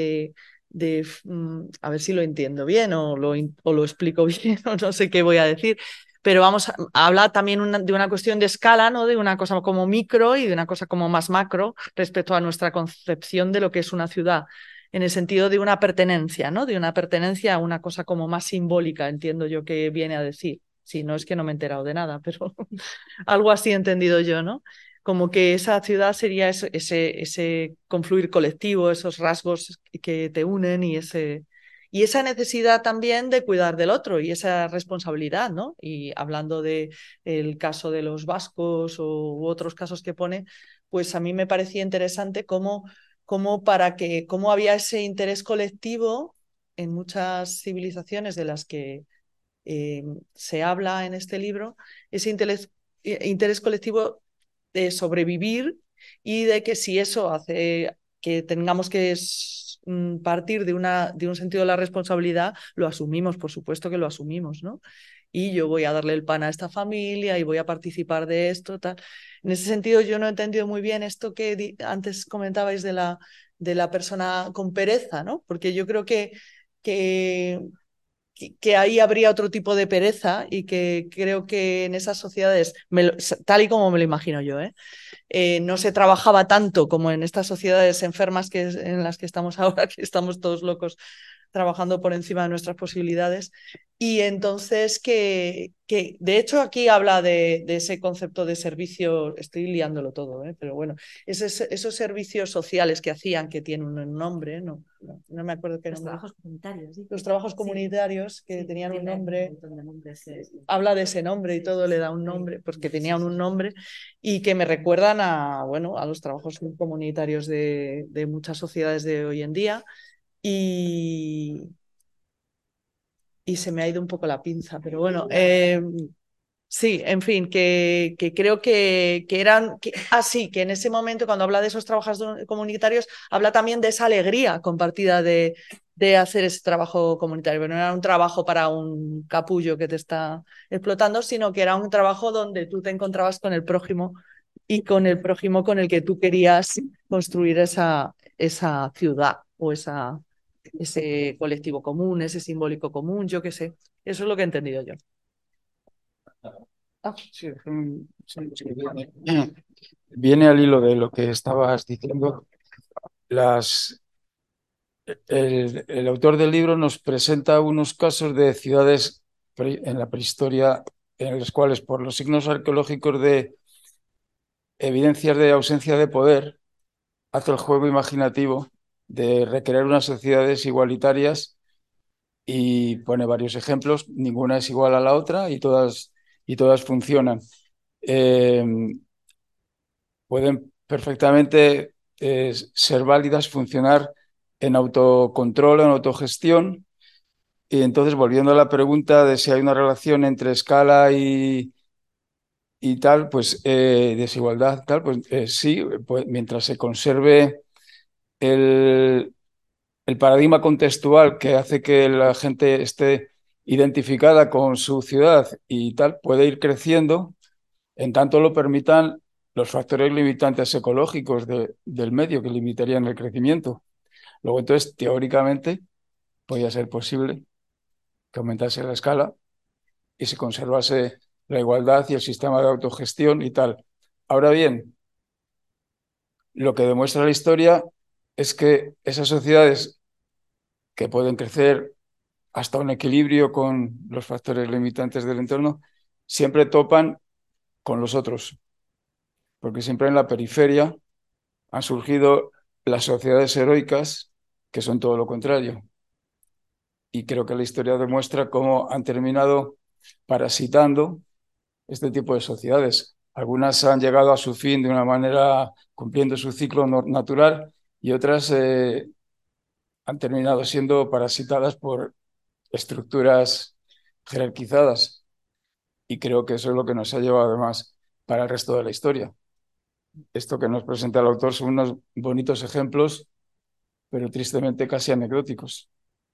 a ver si lo entiendo bien o lo explico bien, o no sé qué voy a decir, pero vamos, habla también de una cuestión de escala, ¿no? De una cosa como micro y de una cosa como más macro respecto a nuestra concepción de lo que es una ciudad, en el sentido de una pertenencia, ¿no? De una pertenencia a una cosa como más simbólica, entiendo yo que viene a decir. Sí, no es que no me he enterado de nada, pero algo así he entendido yo, ¿no? Como que esa ciudad sería ese confluir colectivo, esos rasgos que te unen y esa necesidad también de cuidar del otro y esa responsabilidad, ¿no? Y hablando del caso de los vascos u otros casos que pone, pues a mí me parecía interesante cómo había ese interés colectivo en muchas civilizaciones de las que se habla en este libro, ese interés colectivo de sobrevivir y de que si eso hace que tengamos que partir de un sentido de la responsabilidad, lo asumimos, por supuesto que lo asumimos, ¿no? Y yo voy a darle el pan a esta familia y voy a participar de esto, tal. En ese sentido, yo no he entendido muy bien esto que antes comentabais de la persona con pereza, ¿no? Porque yo creo que que ahí habría otro tipo de pereza y que creo que en esas sociedades, tal y como me lo imagino yo, no se trabajaba tanto como en estas sociedades enfermas en las que estamos ahora, que estamos todos locos trabajando por encima de nuestras posibilidades. Y entonces que de hecho aquí habla de ese concepto de servicio, estoy liándolo todo, pero bueno, esos servicios sociales que hacían, que tienen un nombre, no me acuerdo qué Los nombre. trabajos comunitarios. ¿Sí? Los trabajos comunitarios que tenían un nombre, habla de ese nombre y todo le da un nombre, pues que tenían un nombre y que me recuerdan bueno, a los trabajos comunitarios de muchas sociedades de hoy en día. Y y se me ha ido un poco la pinza, pero bueno, sí, en fin, que creo que eran... sí, que en ese momento cuando habla de esos trabajos comunitarios, habla también de esa alegría compartida de hacer ese trabajo comunitario, pero no era un trabajo para un capullo que te está explotando, sino que era un trabajo donde tú te encontrabas con el prójimo y con el prójimo con el que tú querías construir esa ciudad o ese colectivo común, ese simbólico común, yo qué sé. Eso es lo que he entendido yo. Sí, viene al hilo de lo que estabas diciendo. El autor del libro nos presenta unos casos de ciudades en la prehistoria en los cuales, por los signos arqueológicos de evidencias de ausencia de poder, hace el juego imaginativo de recrear unas sociedades igualitarias y pone varios ejemplos. Ninguna es igual a la otra y todas funcionan. Pueden perfectamente ser válidas, funcionar en autocontrol, en autogestión. Y entonces, volviendo a la pregunta de si hay una relación entre escala y tal, pues desigualdad, tal, pues sí, pues, mientras se conserve el paradigma contextual que hace que la gente esté identificada con su ciudad y tal, puede ir creciendo, en tanto lo permitan los factores limitantes ecológicos del medio que limitarían el crecimiento. Luego, entonces, teóricamente, podría ser posible que aumentase la escala y se conservase la igualdad y el sistema de autogestión y tal. Ahora bien, lo que demuestra la historia es que esas sociedades que pueden crecer hasta un equilibrio con los factores limitantes del entorno, siempre topan con los otros, porque siempre en la periferia han surgido las sociedades heroicas, que son todo lo contrario. Y creo que la historia demuestra cómo han terminado parasitando este tipo de sociedades. Algunas han llegado a su fin de una manera cumpliendo su ciclo natural y otras han terminado siendo parasitadas por estructuras jerarquizadas. Y creo que eso es lo que nos ha llevado además para el resto de la historia. Esto que nos presenta el autor son unos bonitos ejemplos, pero tristemente casi anecdóticos.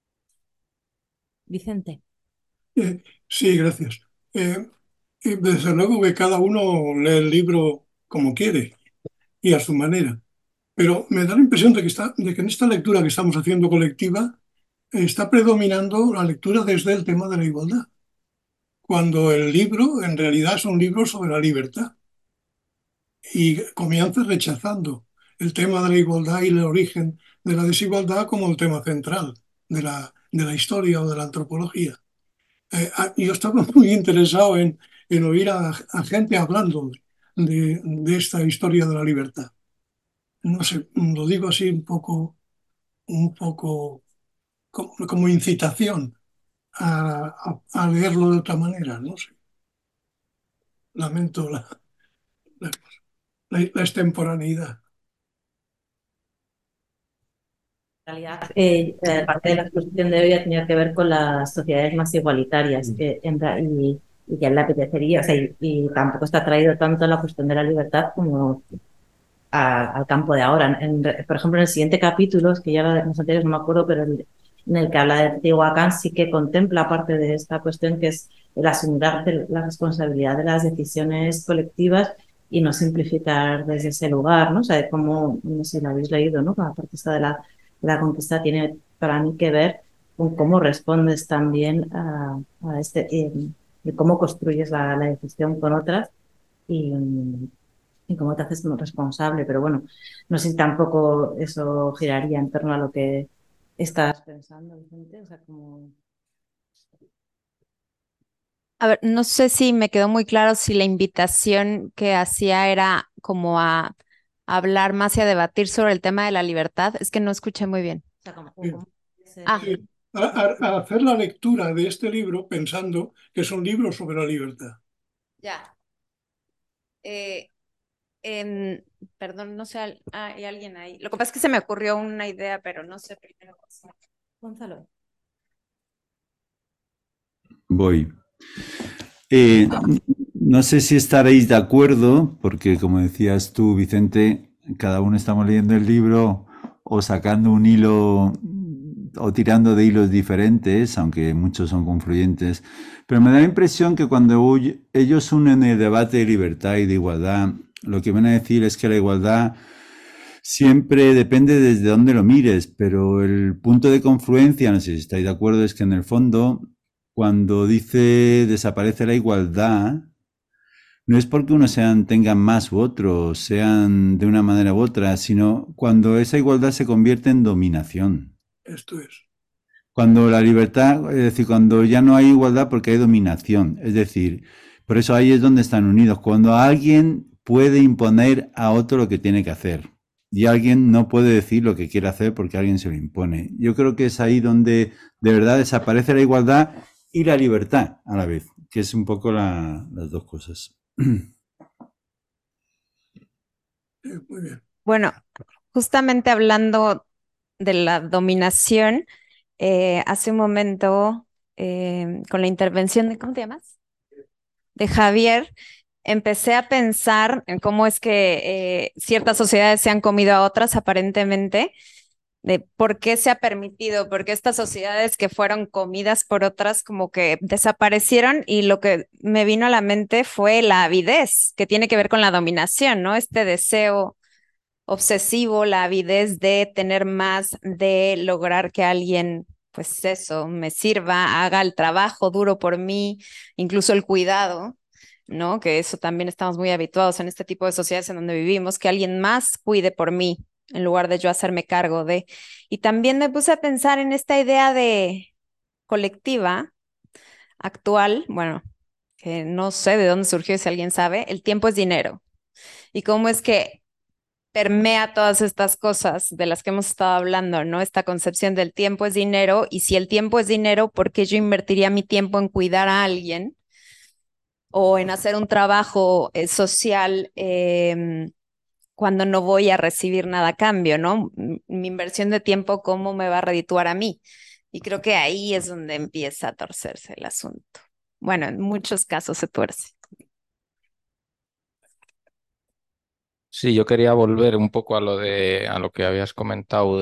Vicente. Sí, gracias. Desde luego que cada uno lee el libro como quiere y a su manera, pero me da la impresión de que en esta lectura que estamos haciendo colectiva está predominando la lectura desde el tema de la igualdad, cuando el libro en realidad es un libro sobre la libertad y comienza rechazando el tema de la igualdad y el origen de la desigualdad como el tema central de la historia o de la antropología. Yo estaba muy interesado en oír a gente hablando de esta historia de la libertad. No sé, lo digo así un poco como incitación a leerlo de otra manera, no sé. Lamento la extemporaneidad. En realidad, parte de la exposición de hoy ha tenido que ver con las sociedades más igualitarias y que le apetecería, o sea, y tampoco está traído tanto la cuestión de la libertad como al campo de ahora. Por ejemplo, en el siguiente capítulo, es que ya en los anteriores no me acuerdo, pero en el que habla de Teotihuacán sí que contempla parte de esta cuestión que es el asumir la responsabilidad de las decisiones colectivas y no simplificar desde ese lugar, ¿no? O sea, como, no sé si lo habéis leído, ¿no? La parte esta de la conquista tiene para mí que ver con cómo respondes también a de cómo construyes la decisión con otras y cómo te haces responsable. Pero bueno, no sé si tampoco eso giraría en torno a lo que estás pensando, Vicente. O sea, como... A ver, no sé si me quedó muy claro si la invitación que hacía era como a hablar más y a debatir sobre el tema de la libertad. Es que no escuché muy bien. O sea, como, Ah, Sí, a hacer la lectura de este libro pensando que es un libro sobre la libertad. ya. Perdón, no sé, hay alguien ahí. Lo que pasa es que se me ocurrió una idea, pero no sé primero. Gonzalo. Voy. No sé si estaréis de acuerdo, porque como decías tú, Vicente, cada uno estamos leyendo el libro o sacando un hilo o tirando de hilos diferentes, aunque muchos son confluyentes, pero me da la impresión que cuando ellos unen el debate de libertad y de igualdad, lo que van a decir es que la igualdad siempre depende desde dónde lo mires, pero el punto de confluencia, no sé si estáis de acuerdo, es que en el fondo, cuando dice desaparece la igualdad, no es porque unos tengan más u otros, sean de una manera u otra, sino cuando esa igualdad se convierte en dominación. Esto es. Cuando la libertad, es decir, cuando ya no hay igualdad porque hay dominación. Es decir, por eso ahí es donde están unidos. Cuando alguien puede imponer a otro lo que tiene que hacer y alguien no puede decir lo que quiere hacer porque alguien se lo impone. Yo creo que es ahí donde de verdad desaparece la igualdad y la libertad a la vez, que es un poco las dos cosas. Muy bien. Bueno, justamente hablando de la dominación, hace un momento, con la intervención de, ¿cómo te llamas? De Javier, empecé a pensar en cómo es que ciertas sociedades se han comido a otras aparentemente, de por qué se ha permitido, porque estas sociedades que fueron comidas por otras como que desaparecieron y lo que me vino a la mente fue la avidez, que tiene que ver con la dominación, ¿no? Este deseo obsesivo, la avidez de tener más, de lograr que alguien, pues eso, me sirva, haga el trabajo duro por mí, incluso el cuidado, ¿no? Que eso también estamos muy habituados en este tipo de sociedades en donde vivimos, que alguien más cuide por mí en lugar de yo hacerme cargo de. Y también me puse a pensar en esta idea de colectiva actual, bueno, que no sé de dónde surgió, si alguien sabe, el tiempo es dinero. Y cómo es que permea todas estas cosas de las que hemos estado hablando, ¿no? Esta concepción del tiempo es dinero, y si el tiempo es dinero, ¿por qué yo invertiría mi tiempo en cuidar a alguien o en hacer un trabajo social cuando no voy a recibir nada a cambio, ¿no? Mi inversión de tiempo, ¿cómo me va a redituar a mí? Y creo que ahí es donde empieza a torcerse el asunto. Bueno, en muchos casos se tuerce. Sí, yo quería volver un poco a lo que habías comentado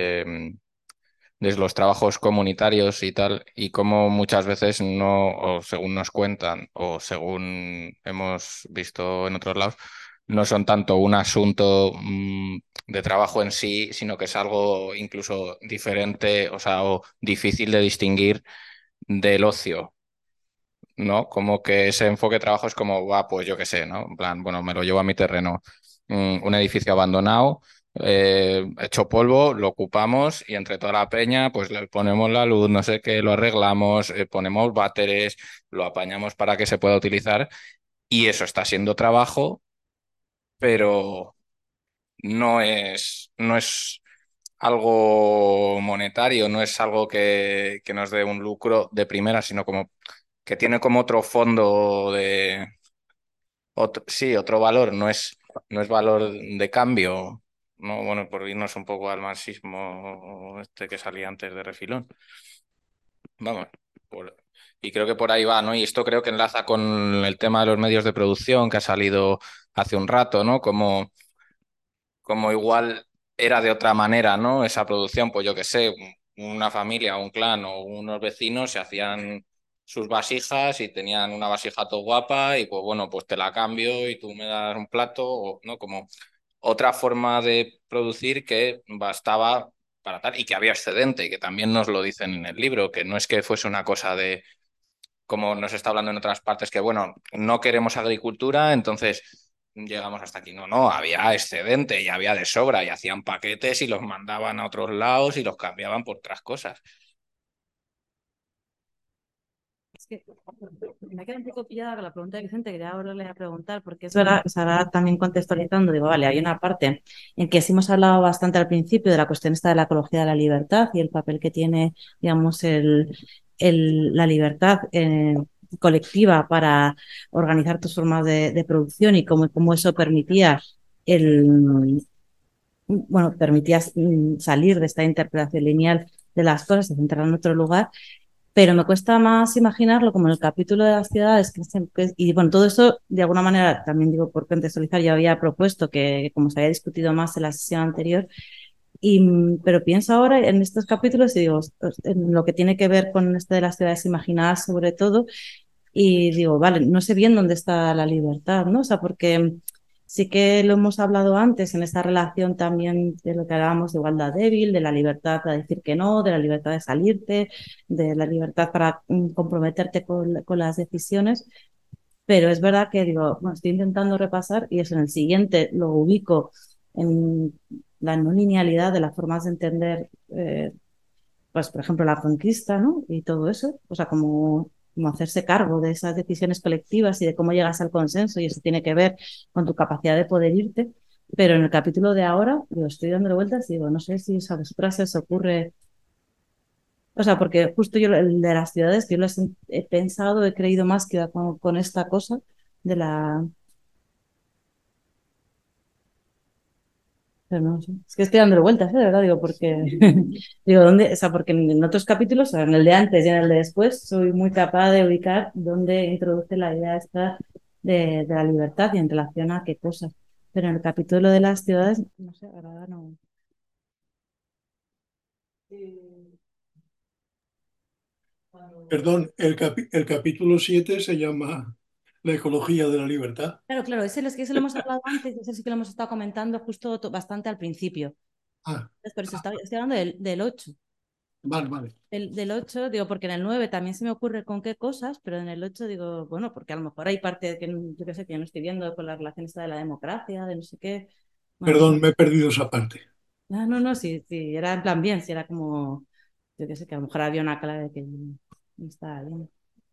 de los trabajos comunitarios y tal, y cómo muchas veces no, o según nos cuentan, o según hemos visto en otros lados, no son tanto un asunto de trabajo en sí, sino que es algo incluso diferente, o sea, o difícil de distinguir del ocio. ¿No? Como que ese enfoque de trabajo es como, va, pues yo qué sé, ¿no? En plan, bueno, me lo llevo a mi terreno. Un edificio abandonado, hecho polvo, lo ocupamos y entre toda la peña, pues le ponemos la luz, no sé qué, lo arreglamos, ponemos váteres, lo apañamos para que se pueda utilizar y eso está siendo trabajo, pero no es algo monetario, no es algo que nos dé un lucro de primera, sino como que tiene como otro fondo de... sí, otro valor, no es valor de cambio, ¿no? Bueno, por irnos un poco al marxismo este que salía antes de refilón. Vamos, y creo que por ahí va, ¿no? Y esto creo que enlaza con el tema de los medios de producción que ha salido hace un rato, ¿no? Como igual era de otra manera, ¿no? Esa producción, pues yo qué sé, una familia, un clan o unos vecinos se hacían sus vasijas y tenían una vasija todo guapa y pues bueno, pues te la cambio y tú me das un plato, o, ¿no? Como otra forma de producir que bastaba para tal y que había excedente y que también nos lo dicen en el libro, que no es que fuese una cosa de, como nos está hablando en otras partes, que bueno, no queremos agricultura, entonces llegamos hasta aquí. No, no, había excedente y había de sobra y hacían paquetes y los mandaban a otros lados y los cambiaban por otras cosas. Es que me queda un poco pillada con la pregunta de Vicente, quería volverle a preguntar, porque es verdad, se va también contextualizando, digo, vale, hay una parte en que sí hemos hablado bastante al principio de la cuestión esta de la ecología de la libertad y el papel que tiene, digamos, la libertad colectiva para organizar tus formas de producción y cómo eso permitía permitía salir de esta interpretación lineal de las cosas y centrarla en otro lugar. pero me cuesta más imaginarlo como en el capítulo de las ciudades. Y bueno, todo eso, de alguna manera, también digo, por contextualizar, yo había propuesto que como se había discutido más en la sesión anterior, pero pienso ahora en estos capítulos y digo, en lo que tiene que ver con esto de las ciudades imaginadas sobre todo, y digo, vale, no sé bien dónde está la libertad, ¿no? O sea, porque sí que lo hemos hablado antes en esta relación también de lo que hablábamos de igualdad débil, de la libertad para decir que no, de la libertad de salirte, de la libertad para comprometerte con las decisiones. Pero es verdad que digo, bueno, estoy intentando repasar y eso en el siguiente lo ubico en la no linealidad de las formas de entender, pues por ejemplo, la conquista, ¿no? Y todo eso, o sea, como hacerse cargo de esas decisiones colectivas y de cómo llegas al consenso, y eso tiene que ver con tu capacidad de poder irte. Pero en el capítulo de ahora, digo, estoy dando vueltas y digo, no sé si a vosotras se os ocurre, o sea, porque justo yo el de las ciudades, yo las he pensado, he creído más que iba con esta cosa de la... Pero no sé. Es que estoy dando vueltas, de verdad, digo, porque digo, ¿dónde? O sea, porque en otros capítulos, o sea, en el de antes y en el de después, soy muy capaz de ubicar dónde introduce la idea esta de la libertad y en relación a qué cosas. Pero en el capítulo de las ciudades, no sé, ahora no. Perdón, el capítulo 7 se llama La ecología de la libertad. Claro, claro, ese es que ese lo hemos hablado antes, ese sí que lo hemos estado comentando justo bastante al principio. Ah, Por eso estoy hablando del 8. vale, vale. Del 8, digo, porque en el 9 también se me ocurre con qué cosas, pero en el 8 digo, bueno, porque a lo mejor hay parte que yo qué sé, que yo no estoy viendo con la relación esta de la democracia, de no sé qué. Bueno, Perdón, me he perdido esa parte. no, sí, era en plan bien, si era como, yo qué sé, que a lo mejor había una clave que no estaba bien.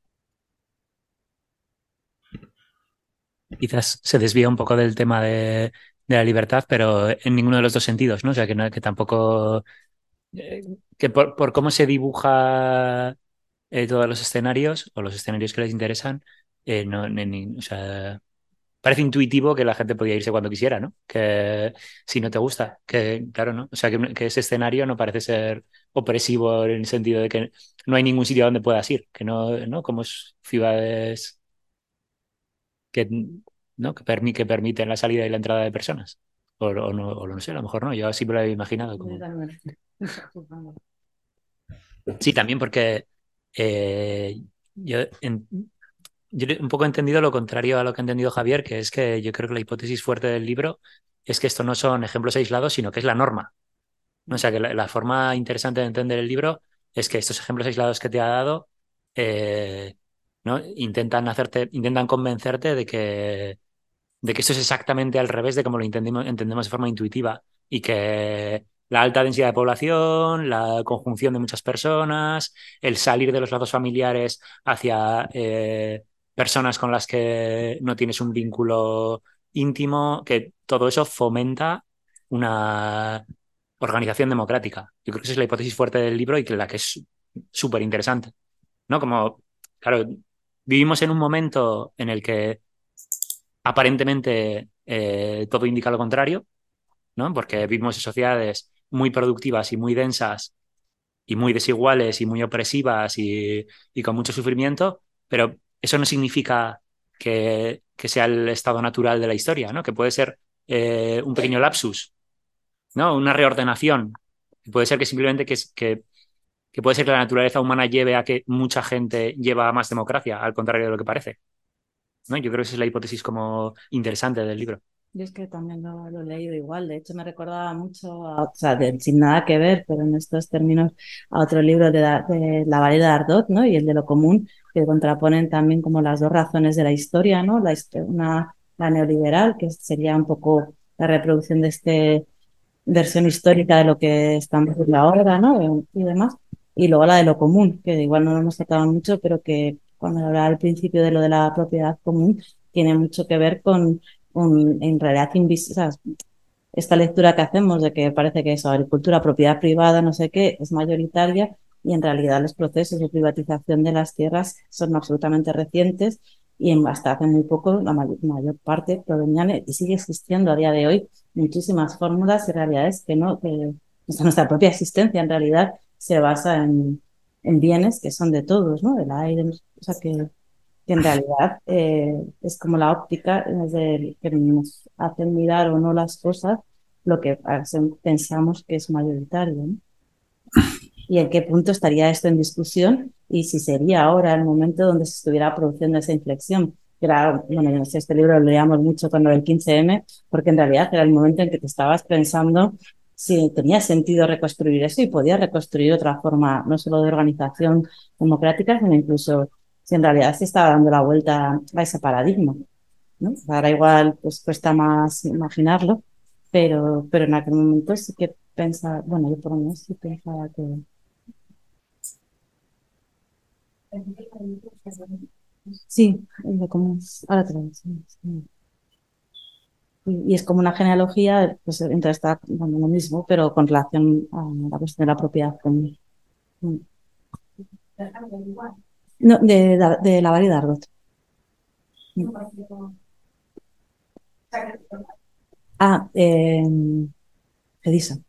Quizás se desvía un poco del tema de la libertad, pero en ninguno de los dos sentidos, ¿no? O sea, que, que tampoco... que por cómo se dibuja todos los escenarios o los escenarios que les interesan, no, o sea, parece intuitivo que la gente podía irse cuando quisiera, ¿no? Que si no te gusta, que claro, ¿no? O sea, que ese escenario no parece ser opresivo en el sentido de que no hay ningún sitio donde puedas ir, que no, ¿no? Como es ciudades que, ¿no? Que permiten la salida y la entrada de personas. O no, o no sé, a lo mejor no, yo así me lo he imaginado. Como... Sí, también porque eh, yo, yo un poco he entendido lo contrario a lo que ha entendido Javier, que es que yo creo que la hipótesis fuerte del libro es que esto no son ejemplos aislados, sino que es la norma. ¿No? O sea, que la forma interesante de entender el libro es que estos ejemplos aislados que te ha dado ¿no? Intentan convencerte de que esto es exactamente al revés de como lo entendemos de forma intuitiva y que la alta densidad de población, la conjunción de muchas personas, el salir de los lazos familiares hacia personas con las que no tienes un vínculo íntimo, que todo eso fomenta una organización democrática. Yo creo que esa es la hipótesis fuerte del libro y que la que es súper interesante, ¿no? Como, claro, vivimos en un momento en el que aparentemente todo indica lo contrario, ¿no? Porque vivimos en sociedades muy productivas y muy densas y muy desiguales y muy opresivas y con mucho sufrimiento, pero eso no significa que sea el estado natural de la historia, ¿no? Que puede ser un pequeño lapsus, ¿no? Una reordenación. Puede ser que simplemente que puede ser que la naturaleza humana lleve a que mucha gente lleva a más democracia, al contrario de lo que parece, ¿no? Yo creo que esa es la hipótesis como interesante del libro. Yo es que también lo he leído igual, de hecho me recordaba mucho, o sea, sin nada que ver, pero en estos términos, a otro libro de la Vallée d'Ardot, ¿no? Y el de lo común, que contraponen también como las dos razones de la historia, ¿no? La neoliberal, que sería un poco la reproducción de esta versión histórica de lo que estamos viendo ahora, ¿no? Y demás. Y luego la de lo común, que igual no lo hemos tratado mucho, pero que cuando hablaba al principio de lo de la propiedad común, tiene mucho que ver con en realidad invisible, o sea, esta lectura que hacemos de que parece que eso, agricultura, propiedad privada, no sé qué, es mayoritaria y en realidad los procesos de privatización de las tierras son absolutamente recientes y hasta hace muy poco la mayor parte provenían y sigue existiendo a día de hoy muchísimas fórmulas y realidades que no, que nuestra propia existencia en realidad se basa en bienes que son de todos, ¿no? El aire, o sea que en realidad es como la óptica desde que nos hacen mirar o no las cosas, lo que pensamos que es mayoritario, ¿no? Y en qué punto estaría esto en discusión y si sería ahora el momento donde se estuviera produciendo esa inflexión. Era, bueno, yo no sé, este libro lo leíamos mucho cuando el 15M, porque en realidad era el momento en que te estabas pensando si tenía sentido reconstruir eso y podía reconstruir otra forma, no solo de organización democrática, sino incluso si en realidad se estaba dando la vuelta a ese paradigma, ¿no? Ahora igual pues cuesta más imaginarlo, pero en aquel momento sí que pensaba, bueno, yo por lo menos sí pensaba que... Sí, como, ahora te lo digo, sí. Y es como una genealogía, pues entonces está bueno, lo mismo, pero con relación a la cuestión de la propiedad. No, de Lavar y Dargot. Ah, Edison.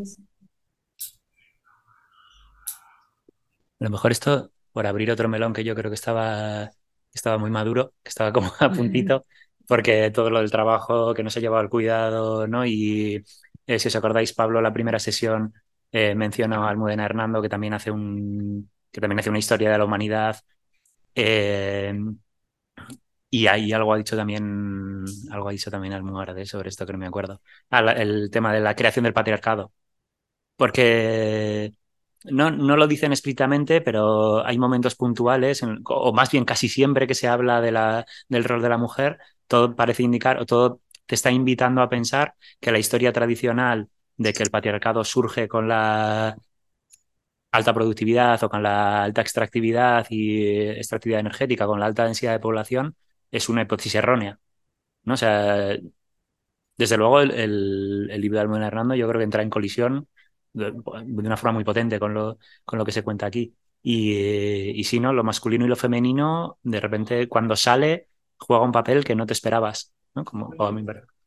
A lo mejor esto, por abrir otro melón que yo creo que estaba muy maduro, que estaba como a puntito, porque todo lo del trabajo que no se llevaba al cuidado, ¿no? Y si os acordáis, Pablo, la primera sesión menciona a Almudena Hernando, que también hace una historia de la humanidad. Eh, y ahí algo ha dicho también Almugarde sobre esto que no me acuerdo. El tema de la creación del patriarcado. Porque no lo dicen explícitamente, pero hay momentos puntuales, o más bien casi siempre que se habla del rol de la mujer, todo parece indicar, o todo te está invitando a pensar que la historia tradicional de que el patriarcado surge con la alta productividad o con la alta extractividad y extractividad energética, con la alta densidad de población, es una hipótesis errónea, ¿no? O sea, desde luego el libro de Almudena Hernando yo creo que entra en colisión de una forma muy potente con lo que se cuenta aquí. Y sí, ¿no? Lo masculino y lo femenino, de repente, cuando sale, juega un papel que no te esperabas, ¿no? Como a mí,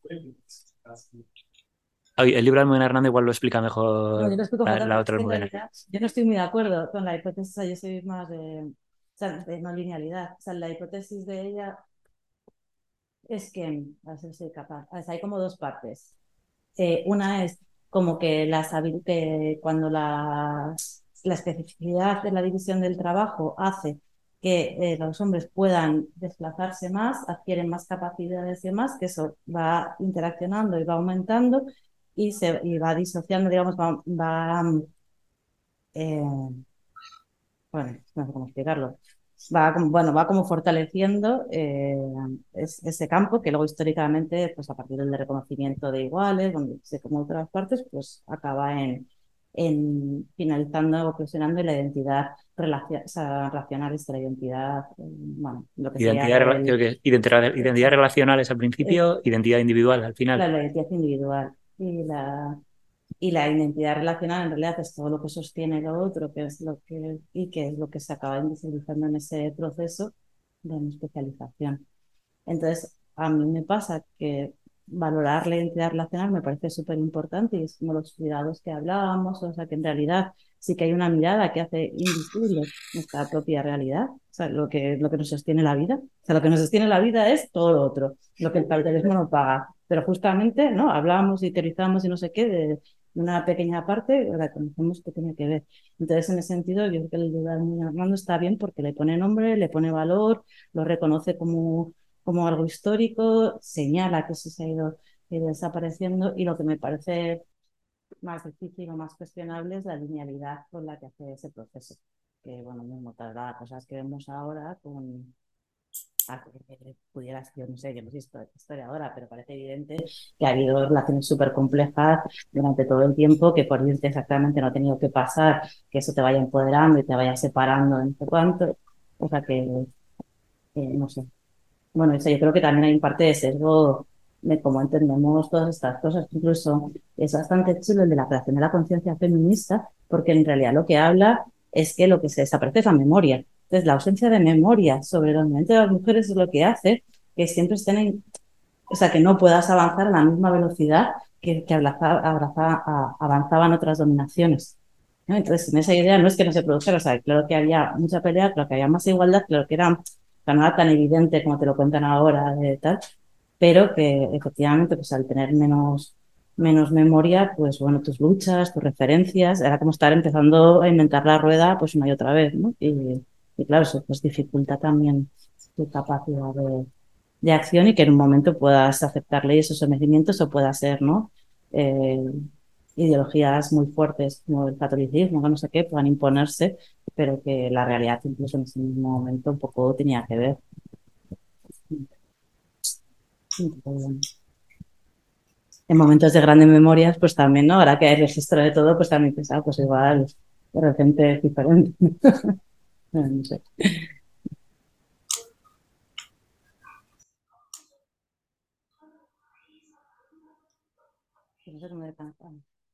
el libro de Almudena Hernando igual lo explica No, mejor yo lo explico fatal, la porque otra es que en Almudena. realidad yo no estoy muy de acuerdo con la hipótesis, o sea, yo soy más de, o sea, de no linealidad. O sea, la hipótesis de ella es que, a ver si soy capaz, a ver, hay como dos partes. Una es como que, que cuando la especificidad de la división del trabajo hace que los hombres puedan desplazarse más, adquieren más capacidades y demás, que eso va interaccionando y va aumentando y va disociando, digamos, bueno, no sé cómo explicarlo, va como fortaleciendo ese campo que luego históricamente, pues a partir del reconocimiento de iguales, donde se como otras partes, pues acaba en finalizando o presionando la identidad o sea, racional, la identidad, bueno, lo que sería Creo que identidad relacional es al principio, identidad individual al final. la identidad individual y la identidad relacional en realidad es todo lo que sostiene lo otro, que es que es lo que se acaba invisibilizando en ese proceso de mi especialización. Entonces, a mí me pasa que valorar la identidad relacional me parece súper importante y es como los cuidados que hablábamos, o sea que en realidad sí que hay una mirada que hace invisible nuestra propia realidad, o sea, lo que nos sostiene la vida. O sea, lo que nos sostiene la vida es todo lo otro, lo que el capitalismo no paga. Pero justamente, ¿no? Hablábamos y teorizamos y no sé qué de una pequeña parte, la conocemos que tiene que ver. Entonces, en ese sentido, yo creo que el libro de Armando está bien porque le pone nombre, le pone valor, lo reconoce como algo histórico, señala que eso se ha ido desapareciendo y lo que me parece más difícil o más cuestionable es la linealidad con la que hace ese proceso. Que, bueno, mismo traslada cosas que vemos ahora con a que pudieras, yo no sé, yo no soy historiadora, pero parece evidente que ha habido relaciones súper complejas durante todo el tiempo, que por irte exactamente no ha tenido que pasar, que eso te vaya empoderando y te vaya separando de no sé cuánto, o sea que no sé. Bueno, eso yo creo que también hay un parte de sesgo de cómo entendemos todas estas cosas. Incluso es bastante chulo el de la creación de la conciencia feminista, porque en realidad lo que habla es que lo que se desaparece es la memoria. Entonces, la ausencia de memoria sobre el movimiento de las mujeres es lo que hace que siempre estén o sea, que no puedas avanzar a la misma velocidad que avanzaban otras dominaciones. ¿no? Entonces, en esa idea no es que no se produjera, o sea, claro que había mucha pelea, claro que había más igualdad, claro que era, o sea, no era tan evidente como te lo cuentan ahora, tal, pero que efectivamente, pues al tener menos memoria, pues bueno, tus luchas, tus referencias, era como estar empezando a inventar la rueda pues una y otra vez, ¿no? Y claro, eso pues dificulta también tu capacidad de acción y que en un momento puedas aceptar leyes o sometimientos o pueda ser, ¿no? Eh, ideologías muy fuertes como el catolicismo, que no sé qué, puedan imponerse, pero que la realidad incluso en ese mismo momento un poco tenía que ver. En momentos de grandes memorias, pues también, ¿no? Ahora que hay registro de todo, pues también pensaba, pues igual de repente es diferente. No sé. No sé cómo de pensar.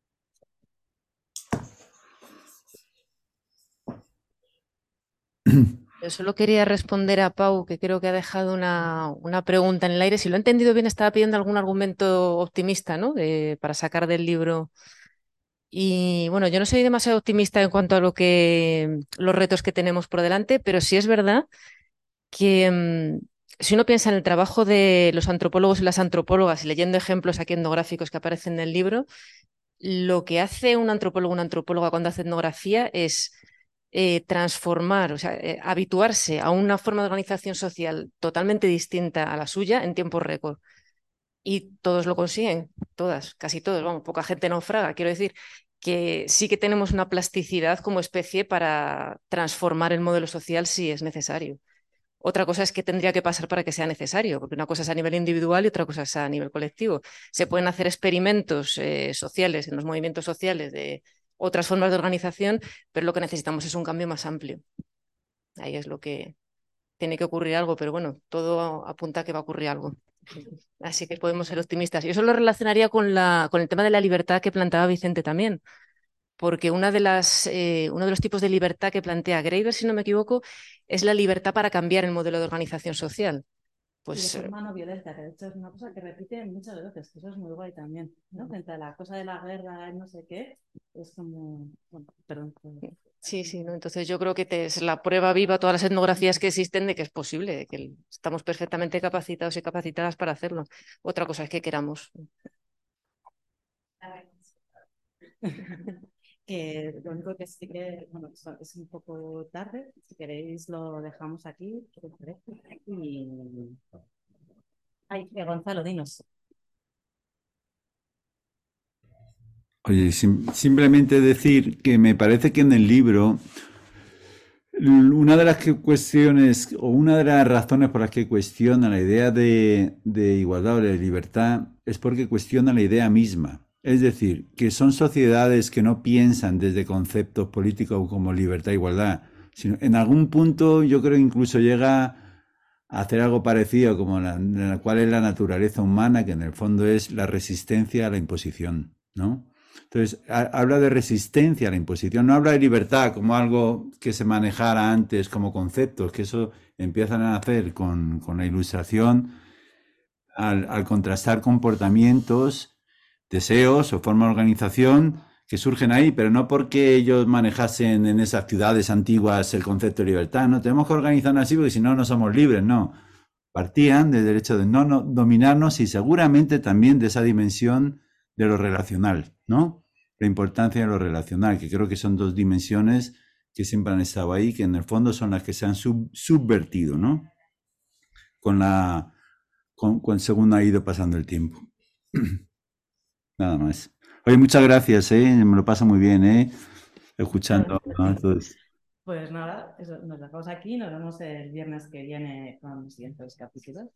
Yo solo quería responder a Pau, que creo que ha dejado una pregunta en el aire. Si lo he entendido bien, estaba pidiendo algún argumento optimista, ¿no? Para sacar del libro. Y bueno, yo no soy demasiado optimista en cuanto a los retos que tenemos por delante, pero sí es verdad que si uno piensa en el trabajo de los antropólogos y las antropólogas, y leyendo ejemplos aquí etnográficos que aparecen en el libro, lo que hace un antropólogo o una antropóloga cuando hace etnografía es transformar, o sea, habituarse a una forma de organización social totalmente distinta a la suya en tiempo récord. Y todos lo consiguen, todas, casi todos, vamos, poca gente naufraga. Quiero decir que sí que tenemos una plasticidad como especie para transformar el modelo social si es necesario. Otra cosa es que tendría que pasar para que sea necesario, porque una cosa es a nivel individual y otra cosa es a nivel colectivo. Se pueden hacer experimentos sociales en los movimientos sociales de otras formas de organización, pero lo que necesitamos es un cambio más amplio. Ahí es lo que tiene que ocurrir algo, pero bueno, todo apunta a que va a ocurrir algo. Así que podemos ser optimistas. Yo eso lo relacionaría con el tema de la libertad que planteaba Vicente también, porque uno de los tipos de libertad que plantea Graeber, si no me equivoco, es la libertad para cambiar el modelo de organización social. Y de Pues forma no violenta, que de hecho es una cosa que repiten muchas veces, que eso es muy guay también, ¿no? Frente a la cosa de la guerra, no sé qué, es como, bueno, perdón. sí, sí, ¿no? Entonces yo creo que es la prueba viva, todas las etnografías que existen de que es posible, de que estamos perfectamente capacitados y capacitadas para hacerlo. Otra cosa es que queramos. Que lo único que sí que, bueno, es un poco tarde, si queréis lo dejamos aquí, ¿qué os parece? Y... Ay, Gonzalo, dinos. Oye, simplemente decir que me parece que en el libro una de las cuestiones o una de las razones por las que cuestiona la idea de igualdad o de libertad es porque cuestiona la idea misma. Es decir, que son sociedades que no piensan desde conceptos políticos como libertad e igualdad, sino en algún punto yo creo incluso llega a hacer algo parecido como en la cual es la naturaleza humana, que en el fondo es la resistencia a la imposición, ¿no? Entonces, habla de resistencia a la imposición, no habla de libertad como algo que se manejara antes como conceptos, que eso empiezan a hacer con la ilustración al contrastar comportamientos, deseos o forma de organización que surgen ahí, pero no porque ellos manejasen en esas ciudades antiguas el concepto de libertad, no tenemos que organizarnos así porque si no, no somos libres, no. Partían del derecho de no dominarnos y seguramente también de esa dimensión de lo relacional, ¿no? La importancia de lo relacional, que creo que son dos dimensiones que siempre han estado ahí, que en el fondo son las que se han subvertido, ¿no? Según ha ido pasando el tiempo. Nada más. Oye, muchas gracias, me lo paso muy bien, escuchando, ¿no? Entonces, Pues nada, eso, nos dejamos aquí, nos vemos el viernes que viene con los siguientes capítulos.